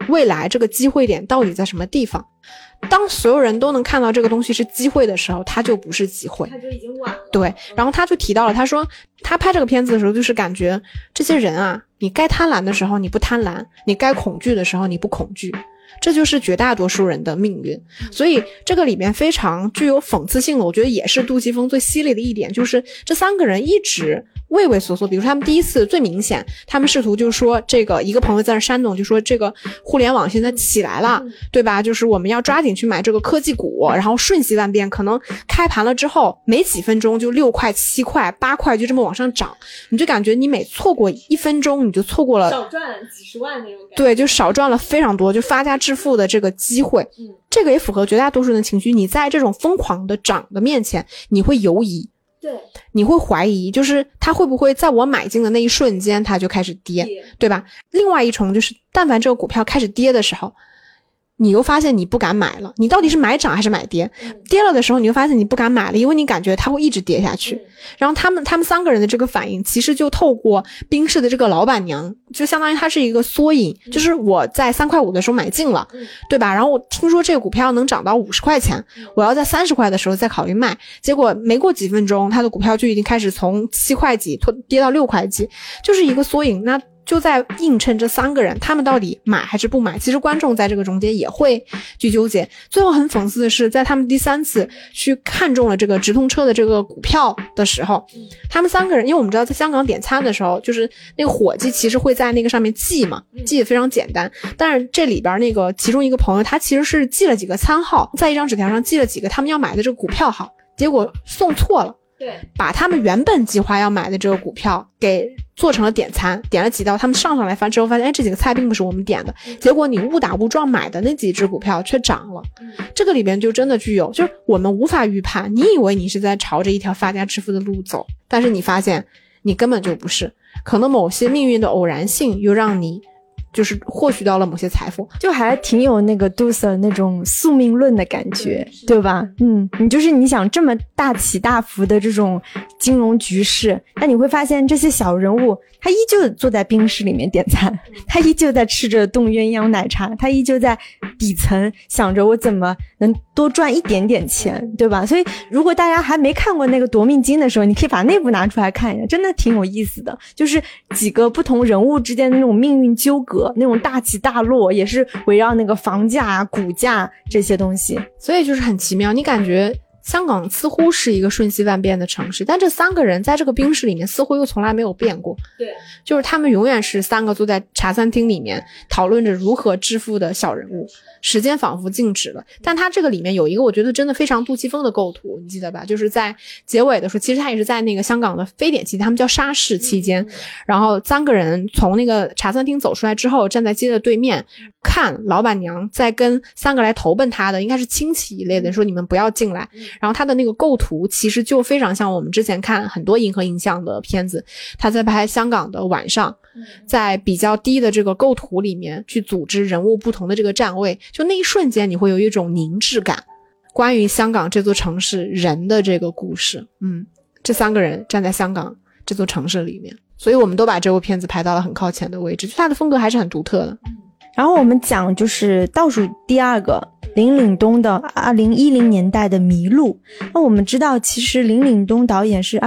未来这个机会点到底在什么地方。当所有人都能看到这个东西是机会的时候，它就不是机会， 他就已经晚了。 对，然后他就提到了，他说他拍这个片子的时候，就是感觉这些人啊，你该贪婪的时候你不贪婪，你该恐惧的时候你不恐惧，这就是绝大多数人的命运。所以这个里面非常具有讽刺性的，我觉得也是杜琪峰最犀利的一点，就是这三个人一直畏畏缩缩。比如说他们第一次最明显，他们试图就说这个一个朋友在那煽动，就说这个互联网现在起来了，对吧，就是我们要抓紧去买这个科技股，然后瞬息万变，可能开盘了之后没几分钟就6块7块8块就这么往上涨，你就感觉你每错过1分钟你就错过了少赚几十万那种感觉。 对，就少赚了非常多，就发家致富的这个机会。这个也符合绝大多数人的情绪，你在这种疯狂的涨的面前你会犹疑， 对， 你会怀疑，就是它会不会在我买进的那一瞬间它就开始跌，对吧？另外一重就是但凡这个股票开始跌的时候，你又发现你不敢买了，你到底是买涨还是买跌？跌了的时候你又发现你不敢买了，因为你感觉它会一直跌下去。然后他们三个人的这个反应其实就透过宾士的这个老板娘，就相当于它是一个缩影，就是我在3块5的时候买进了，对吧？然后我听说这个股票能涨到50块钱，我要在30块的时候再考虑卖，结果没过几分钟它的股票就已经开始从7块几跌到6块几，就是一个缩影。那就在映衬这三个人他们到底买还是不买，其实观众在这个中间也会去纠结。最后很讽刺的是，在他们第3次去看中了这个直通车的这个股票的时候，他们3个人，因为我们知道在香港点餐的时候，就是那个伙计其实会在那个上面记嘛，记得非常简单，但是这里边那个其中一个朋友他其实是记了几个餐号，在一张纸条上记了几个他们要买的这个股票号，结果送错了，对，把他们原本计划要买的这个股票给做成了点餐，点了几道，他们上来翻之后发现，哎，这几个菜并不是我们点的，结果你误打误撞买的那几只股票却涨了。这个里边就真的具有，就是我们无法预判，你以为你是在朝着一条发家致富的路走，但是你发现你根本就不是，可能某些命运的偶然性又让你就是获取到了某些财富， 就还挺有那个杜 Sir 那种宿命论的感觉，对吧？你想这么大起大伏的这种金融局势，那你会发现这些小人物他依旧坐在宾士里面点餐，他依旧在吃着冻鸳鸯奶茶，他依旧在底层想着我怎么能多赚一点点钱，对吧？所以如果大家还没看过那个夺命金的时候，你可以把那部拿出来看一下，真的挺有意思的，就是几个不同人物之间的那种命运纠葛，那种大起大落，也是围绕那个房价股价这些东西， 所以就是很奇妙，你感觉香港似乎是一个瞬息万变的城市，但这3个人在这个宾士里面似乎又从来没有变过。对，就是他们永远是3个坐在茶餐厅里面讨论着如何致富的小人物，时间仿佛静止了。但他这个里面有一个我觉得真的非常杜琪峰的构图，你记得吧？就是在结尾的时候，其实他也是在那个香港的非典期，他们叫沙士期间，然后3个人从那个茶餐厅走出来之后，站在街的对面，看老板娘在跟3个来投奔他的应该是亲戚一类的说你们不要进来，然后他的那个构图其实就非常像我们之前看很多银河映像的片子，他在拍香港的晚上，在比较低的这个构图里面去组织人物不同的这个站位，就那一瞬间你会有一种凝滞感，关于香港这座城市人的这个故事。这3个人站在香港这座城市里面，所以我们都把这部片子排到了很靠前的位置，就它的风格还是很独特的。 然后我们讲就是倒数第2个林岭东的2010年代的迷路。那我们知道其实林岭东导演是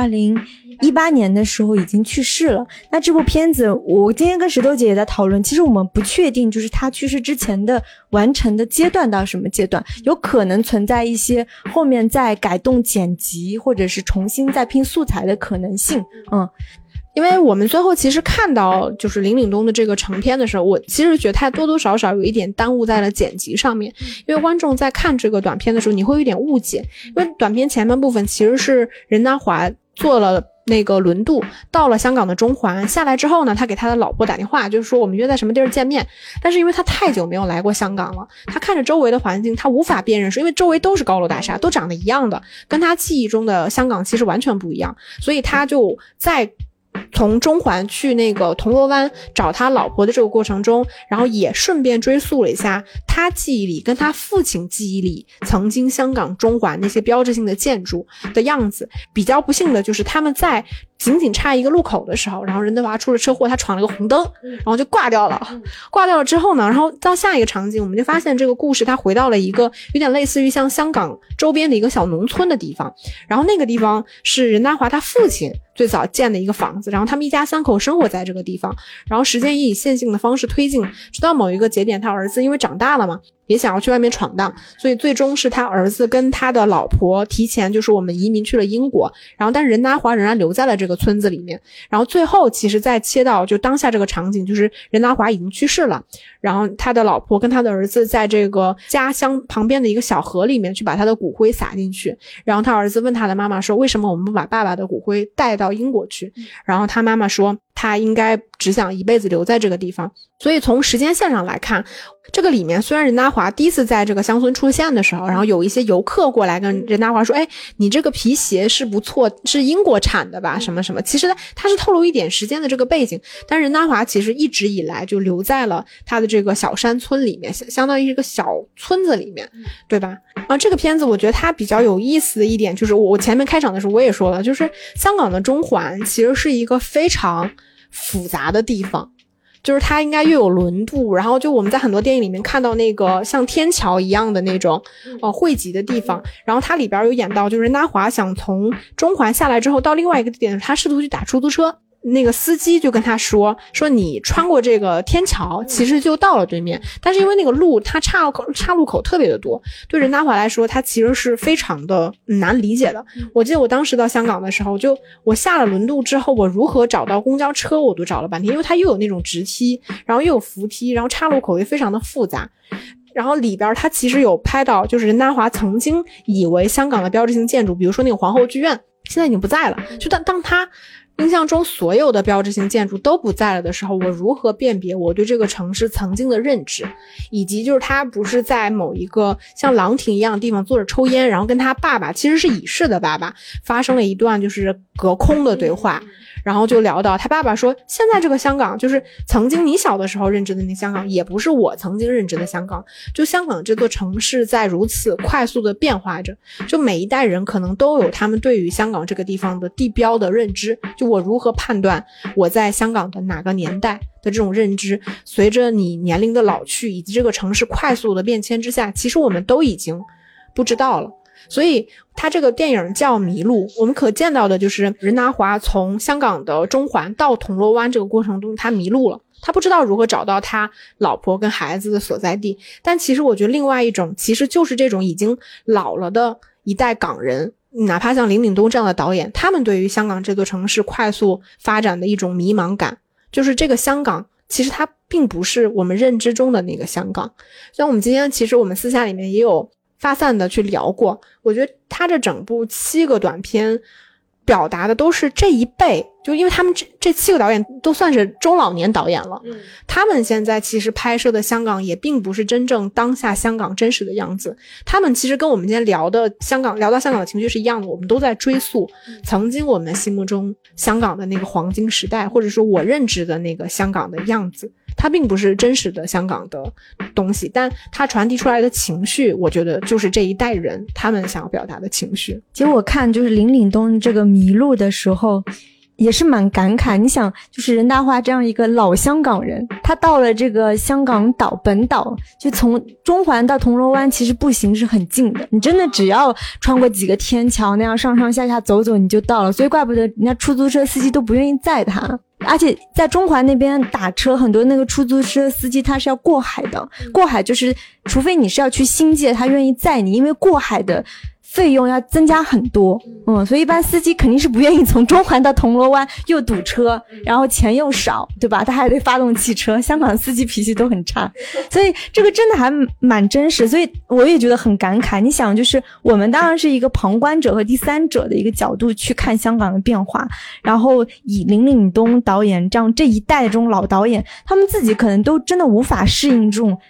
2018年的时候已经去世了，那这部片子我今天跟石头姐也在讨论，其实我们不确定就是他去世之前的完成的阶段到什么阶段，有可能存在一些后面再改动剪辑或者是重新再拼素材的可能性。 因为我们最后其实看到就是林岭东的这个成片的时候，我其实觉得他多多少少有一点耽误在了剪辑上面，因为观众在看这个短片的时候你会有点误解，因为短片前半部分其实是任达华做了那个轮渡到了香港的中环，下来之后呢，他给他的老婆打电话，就是说我们约在什么地儿见面，但是因为他太久没有来过香港了，他看着周围的环境他无法辨认，因为周围都是高楼大厦，都长得一样的，跟他记忆中的香港其实完全不一样，所以他就在从中环去那个铜锣湾找他老婆的这个过程中，然后也顺便追溯了一下他记忆里跟他父亲记忆里曾经香港中环那些标志性的建筑的样子。比较不幸的就是他们在仅仅差一个路口的时候，然后任德华出了车祸，他闯了个红灯，然后就挂掉了。挂掉了之后呢，然后到下一个场景，我们就发现这个故事它回到了一个有点类似于像香港周边的一个小农村的地方，然后那个地方是任达华他父亲最早建的一个房子，然后他们一家三口生活在这个地方，然后时间也以线性的方式推进，直到某一个节点，他儿子因为长大了嘛，也想要去外面闯荡，所以最终是他儿子跟他的老婆提前就是我们移民去了英国，然后但是任达华仍然留在了这个村子里面，然后最后其实再切到就当下这个场景，就是任达华已经去世了，然后他的老婆跟他的儿子在这个家乡旁边的一个小河里面去把他的骨灰撒进去，然后他儿子问他的妈妈说，为什么我们不把爸爸的骨灰带到英国去，然后他妈妈说他应该只想一辈子留在这个地方。所以从时间线上来看，这个里面虽然任达华第一次在这个乡村出现的时候，然后有一些游客过来跟任达华说，哎，你这个皮鞋是不错，是英国产的吧，什么什么，其实他是透露一点时间的这个背景，但任达华其实一直以来就留在了他的这个小山村里面，相当于一个小村子里面，对吧？这个片子我觉得它比较有意思的一点就是我前面开场的时候我也说了，就是香港的中环其实是一个非常复杂的地方，就是它应该又有轮渡，然后就我们在很多电影里面看到那个像天桥一样的那种汇集的地方，然后它里边有演到就是任达华想从中环下来之后到另外一个地点，他试图去打出租车，那个司机就跟他说你穿过这个天桥其实就到了对面，但是因为那个路它岔路口特别的多，对任达华来说它其实是非常的难理解的。我记得我当时到香港的时候，就我下了轮渡之后，我如何找到公交车我都找了半天，因为它又有那种直梯，然后又有扶梯，然后岔路口也非常的复杂，然后里边它其实有拍到就是任达华曾经以为香港的标志性建筑，比如说那个皇后剧院现在已经不在了，就当他印象中所有的标志性建筑都不在了的时候，我如何辨别我对这个城市曾经的认知，以及就是他不是在某一个像廊亭一样的地方坐着抽烟，然后跟他爸爸其实是已逝的爸爸发生了一段就是隔空的对话，然后就聊到他爸爸说，现在这个香港就是曾经你小的时候认知的那香港，也不是我曾经认知的香港，就香港这座城市在如此快速的变化着，就每一代人可能都有他们对于香港这个地方的地标的认知，就我如何判断我在香港的哪个年代的这种认知，随着你年龄的老去以及这个城市快速的变迁之下，其实我们都已经不知道了。所以他这个电影叫迷路，我们可见到的就是任达华从香港的中环到铜锣湾这个过程中他迷路了，他不知道如何找到他老婆跟孩子的所在地。但其实我觉得另外一种其实就是这种已经老了的一代港人，哪怕像林岭东这样的导演，他们对于香港这座城市快速发展的一种迷茫感，就是这个香港其实它并不是我们认知中的那个香港。像我们今天其实我们私下里面也有发散的去聊过，我觉得他这整部7个短片表达的都是这一辈，就因为他们这7个导演都算是中老年导演了，他们现在其实拍摄的香港也并不是真正当下香港真实的样子，他们其实跟我们今天聊到香港的情绪是一样的，我们都在追溯曾经我们心目中香港的那个黄金时代，或者说我认知的那个香港的样子，它并不是真实的香港的东西，但它传递出来的情绪，我觉得就是这一代人他们想要表达的情绪。 其实我看就是林岭东这个迷路的时候也是蛮感慨，你想就是任达华这样一个老香港人，他到了这个香港岛本岛，就从中环到铜锣湾其实步行是很近的，你真的只要穿过几个天桥那样上上下下走走你就到了，所以怪不得人家出租车司机都不愿意载他。而且在中环那边打车，很多那个出租车司机他是要过海的，过海就是除非你是要去新界他愿意载你，因为过海的费用要增加很多，所以一般司机肯定是不愿意从中环到铜锣湾又堵车，然后钱又少，对吧？他还得发动汽车，香港司机脾气都很差，所以这个真的还蛮真实，所以我也觉得很感慨。你想，就是我们当然是一个旁观者和第三者的一个角度去看香港的变化，然后以林岭东导演这样这一代的这种老导演，他们自己可能都真的无法适应这种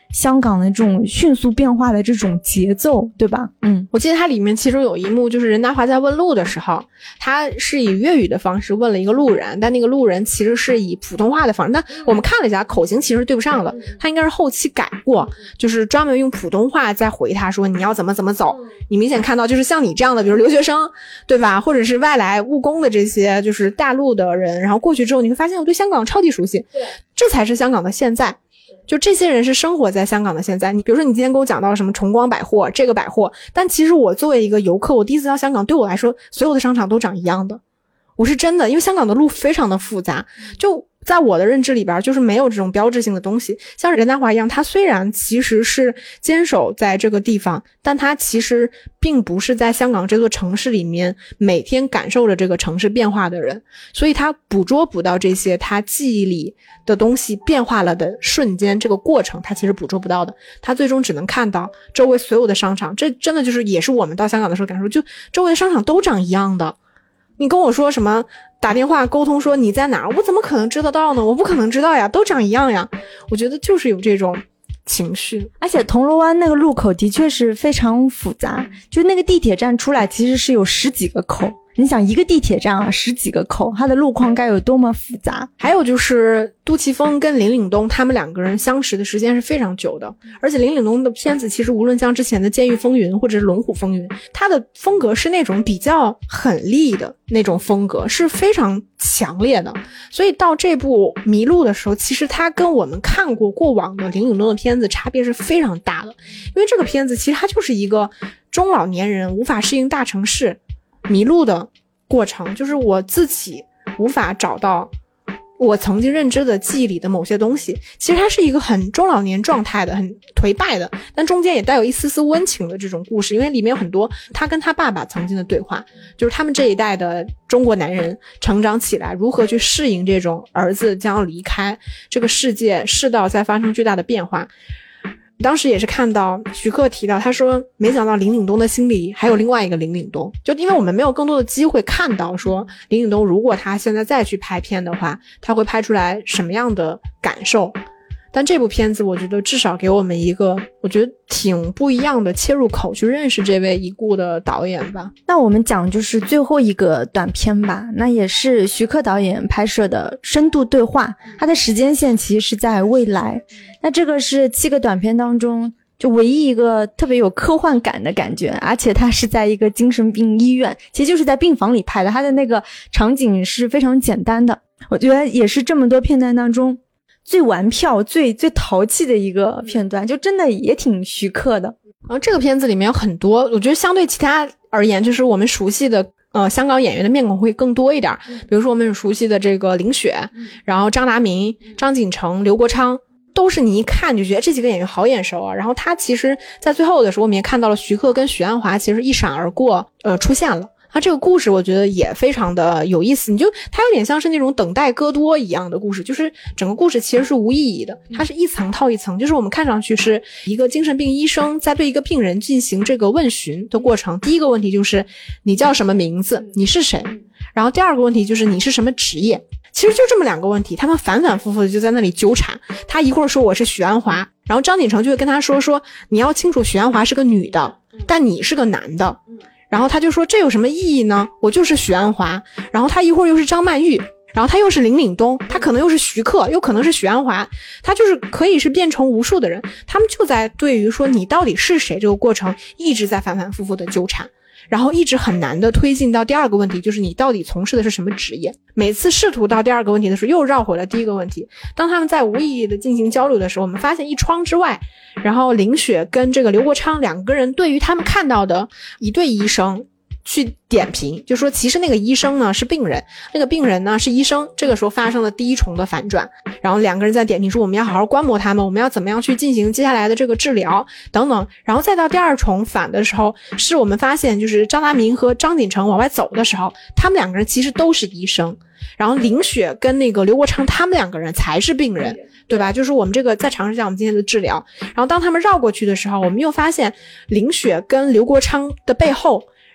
香港的这种迅速变化的这种节奏，对吧？ 我记得它里面其中有一幕，就是任达华在问路的时候，他是以粤语的方式问了一个路人，但那个路人其实是以普通话的方式，但我们看了一下口型其实对不上的，他应该是后期改过，就是专门用普通话在回他说你要怎么走。你明显看到就是像你这样的比如留学生，对吧，或者是外来务工的这些就是大陆的人，然后过去之后你会发现我对香港超级熟悉，这才是香港的现在。就这些人是生活在香港的现在，你比如说你今天跟我讲到什么崇光百货这个百货，但其实我作为一个游客，我第一次到香港，对我来说所有的商场都长一样的，我是真的，因为香港的路非常的复杂，就在我的认知里边就是没有这种标志性的东西。像任达华一样，他虽然其实是坚守在这个地方，但他其实并不是在香港这座城市里面每天感受着这个城市变化的人，所以他捕捉不到这些他记忆里的东西变化了的瞬间，这个过程他其实捕捉不到的，他最终只能看到周围所有的商场，这真的就是也是我们到香港的时候感受，就周围的商场都长一样的。你跟我说什么打电话沟通说你在哪儿，我怎么可能知道到呢？我不可能知道呀，都长一样呀。我觉得就是有这种情绪。 而且铜锣湾那个路口的确是非常复杂，就那个地铁站出来其实是有10几个口，你想一个地铁站啊10几个口，它的路况该有多么复杂。 还有就是杜琪峰跟林岭东他们两个人相识的时间是非常久的，而且林岭东的片子其实无论像之前的监狱风云或者是龙虎风云，他的风格是那种比较狠厉的那种风格，是非常强烈的，所以到这部迷路的时候，其实他跟我们看过过往的林岭东的片子差别是非常大的。因为这个片子其实它就是一个中老年人无法适应大城市迷路的过程，就是我自己无法找到我曾经认知的记忆里的某些东西，其实它是一个很中老年状态的很颓败的，但中间也带有一丝丝温情的这种故事，因为里面有很多他跟他爸爸曾经的对话，就是他们这一代的中国男人成长起来如何去适应这种儿子将要离开这个世界，世道在发生巨大的变化。当时也是看到徐克提到，他说没想到林岭东的心里还有另外一个林岭东，就因为我们没有更多的机会看到说林岭东如果他现在再去拍片的话，他会拍出来什么样的感受。但这部片子我觉得至少给我们一个我觉得挺不一样的切入口，去认识这位已故的导演吧。 那我们讲就是最后一个短片吧，那也是徐克导演拍摄的深度对话，它的时间线其实是在未来。那这个是7个短片当中就唯一一个特别有科幻感的感觉，而且它是在一个精神病医院，其实就是在病房里拍的，它的那个场景是非常简单的，我觉得也是这么多片段当中最玩票最淘气的一个片段，就真的也挺徐克的。 然后这个片子里面有很多我觉得相对其他而言就是我们熟悉的香港演员的面孔会更多一点，比如说我们很熟悉的这个林雪，然后张达明、张锦成、刘国昌，都是你一看就觉得这几个演员好眼熟啊。然后他其实在最后的时候我们也看到了徐克跟许鞍华其实一闪而过出现了。他这个故事我觉得也非常的有意思，它有点像是那种等待戈多一样的故事，就是整个故事其实是无意义的，它是一层套一层，就是我们看上去是一个精神病医生在对一个病人进行这个问询的过程。第一个问题就是你叫什么名字，你是谁，然后第二个问题就是你是什么职业。其实就这么2个问题，他们反反复复的就在那里纠缠。他一会儿说我是许鞍华，然后张锦成就会跟他说你要清楚许鞍华是个女的，但你是个男的。然后他就说这有什么意义呢？我就是许鞍华。然后他一会儿又是张曼玉，然后他又是林岭东，他可能又是徐克，又可能是许鞍华，他就是可以是变成无数的人。他们就在对于说你到底是谁这个过程一直在反反复复的纠缠，然后一直很难的推进到第二个问题，就是你到底从事的是什么职业。每次试图到第二个问题的时候又绕回了第一个问题。当他们在无意义的进行交流的时候，我们发现一窗之外，然后林雪跟这个刘国昌2个人对于他们看到的一对医生去点评，就说其实那个医生呢是病人，那个病人呢是医生。这个时候发生了第一重的反转，然后2个人在点评说我们要好好观摩他们，我们要怎么样去进行接下来的这个治疗等等。然后再到第二重反的时候，是我们发现就是张达明和张锦成往外走的时候，他们2个人其实都是医生，然后林雪跟那个刘国昌他们2个人才是病人，对吧？就是我们这个在尝试一下我们今天的治疗。然后当他们绕过去的时候，我们又发现林雪跟刘国昌的背后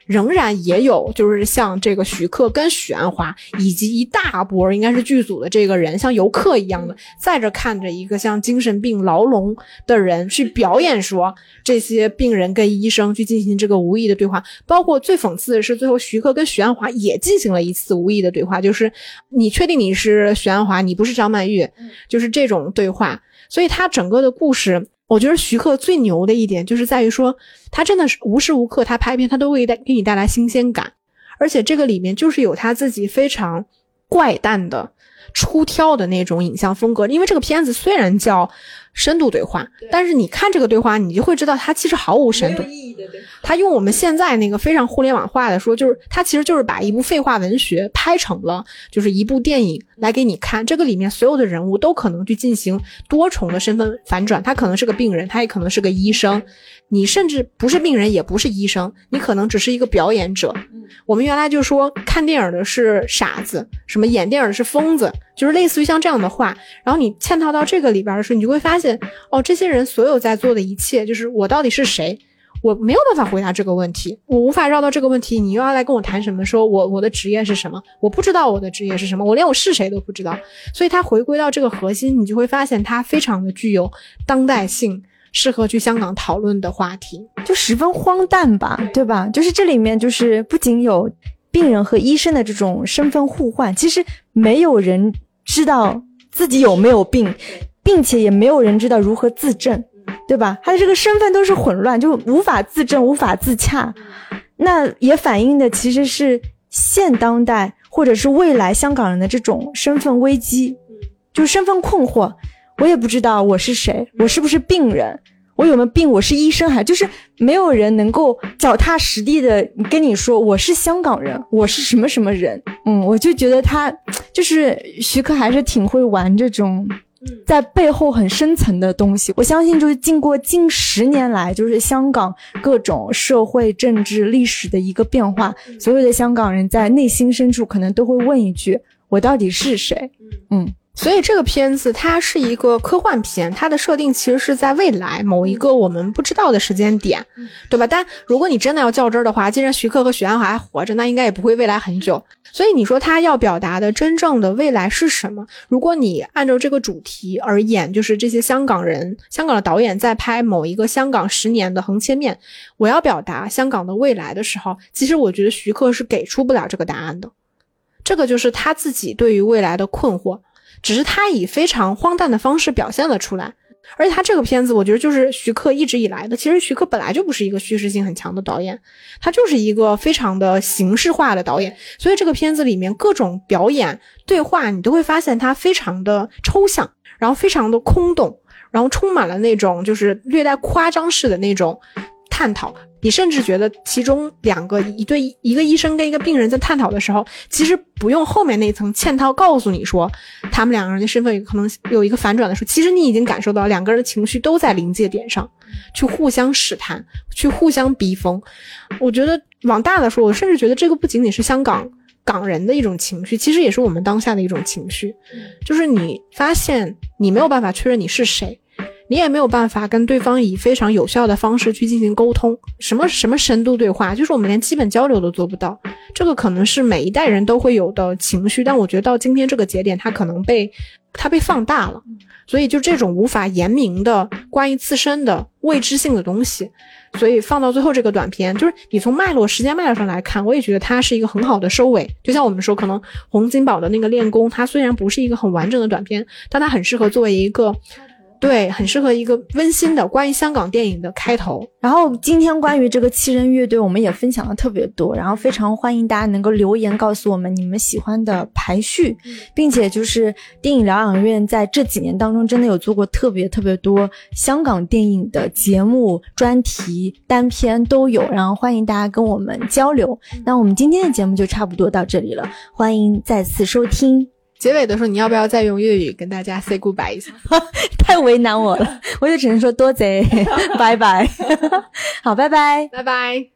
仍然也有就是像这个徐克跟许鞍华以及一大波应该是剧组的这个人像游客一样的在这看着一个像精神病牢笼的人去表演说这些病人跟医生去进行这个无意的对话，包括最讽刺的是最后徐克跟许鞍华也进行了一次无意的对话，就是你确定你是许鞍华，你不是张曼玉，就是这种对话。所以他整个的故事我觉得徐克最牛的一点就是在于说他真的是无时无刻他拍片他都会给你带来新鲜感，而且这个里面就是有他自己非常怪诞的出挑的那种影像风格。因为这个片子虽然叫深度对话，但是你看这个对话你就会知道它其实毫无深度，他用我们现在那个非常互联网化的说，就是他其实就是把一部废话文学拍成了就是一部电影来给你看。这个里面所有的人物都可能去进行多重的身份反转，他可能是个病人，他也可能是个医生，你甚至不是病人也不是医生，你可能只是一个表演者。我们原来就说看电影的是傻子，什么演电影的是疯子，就是类似于像这样的话，然后你嵌套到这个里边的时候，你就会发现哦，这些人所有在做的一切就是我到底是谁，我没有办法回答这个问题，我无法绕到这个问题，你又要来跟我谈什么说我的职业是什么，我不知道我的职业是什么，我连我是谁都不知道。所以他回归到这个核心，你就会发现他非常的具有当代性，适合去香港讨论的话题， 就十分荒诞吧，对吧？就是这里面就是不仅有病人和医生的这种身份互换，其实没有人知道自己有没有病，并且也没有人知道如何自证，对吧？他的这个身份都是混乱，就无法自证，无法自洽。那也反映的其实是现当代或者是未来香港人的这种身份危机，就身份困惑。我也不知道我是谁，我是不是病人，我有没有病，我是医生，还就是没有人能够脚踏实地的跟你说我是香港人，我是什么什么人。我就觉得他就是徐克还是挺会玩这种在背后很深层的东西。我相信就是经过近10年来就是香港各种社会政治历史的一个变化，所有的香港人在内心深处可能都会问一句，我到底是谁。 所以这个片子它是一个科幻片，它的设定其实是在未来某一个我们不知道的时间点，对吧？但如果你真的要较真的话，既然徐克和许鞍华还活着，那应该也不会未来很久。所以你说他要表达的真正的未来是什么？如果你按照这个主题而言，就是这些香港的导演在拍某一个香港10年的横切面，我要表达香港的未来的时候，其实我觉得徐克是给出不了这个答案的。这个就是他自己对于未来的困惑，只是他以非常荒诞的方式表现了出来。而且他这个片子我觉得就是徐克一直以来的，其实徐克本来就不是一个叙事性很强的导演，他就是一个非常的形式化的导演，所以这个片子里面各种表演对话你都会发现他非常的抽象，然后非常的空洞，然后充满了那种就是略带夸张式的那种探讨。你甚至觉得其中一个医生跟一个病人在探讨的时候，其实不用后面那层嵌套告诉你说他们两个人的身份可能有一个反转的时候，其实你已经感受到两个人的情绪都在临界点上去互相试探，去互相逼疯。我觉得往大的说，我甚至觉得这个不仅仅是香港人的一种情绪，其实也是我们当下的一种情绪，就是你发现你没有办法确认你是谁，你也没有办法跟对方以非常有效的方式去进行沟通，什么深度对话，就是我们连基本交流都做不到。这个可能是每一代人都会有的情绪，但我觉得到今天这个节点，它可能被放大了。所以就这种无法言明的关于自身的未知性的东西，所以放到最后这个短片，就是你从时间脉络上来看，我也觉得它是一个很好的收尾。就像我们说，可能洪金宝的那个练功，它虽然不是一个很完整的短片，但它很适合作为一个很适合一个温馨的关于香港电影的开头。 然后今天关于这个七人乐队我们也分享了特别多，然后非常欢迎大家能够留言告诉我们你们喜欢的排序，并且就是电影疗养院在这几年当中真的有做过特别多香港电影的节目、专题、单片都有，然后欢迎大家跟我们交流。那我们今天的节目就差不多到这里了，欢迎再次收听。 结尾的时候你要不要再用粤语跟大家 say goodbye 一下？ 太为难我了，我就只能说多谢拜拜。好，拜拜拜拜。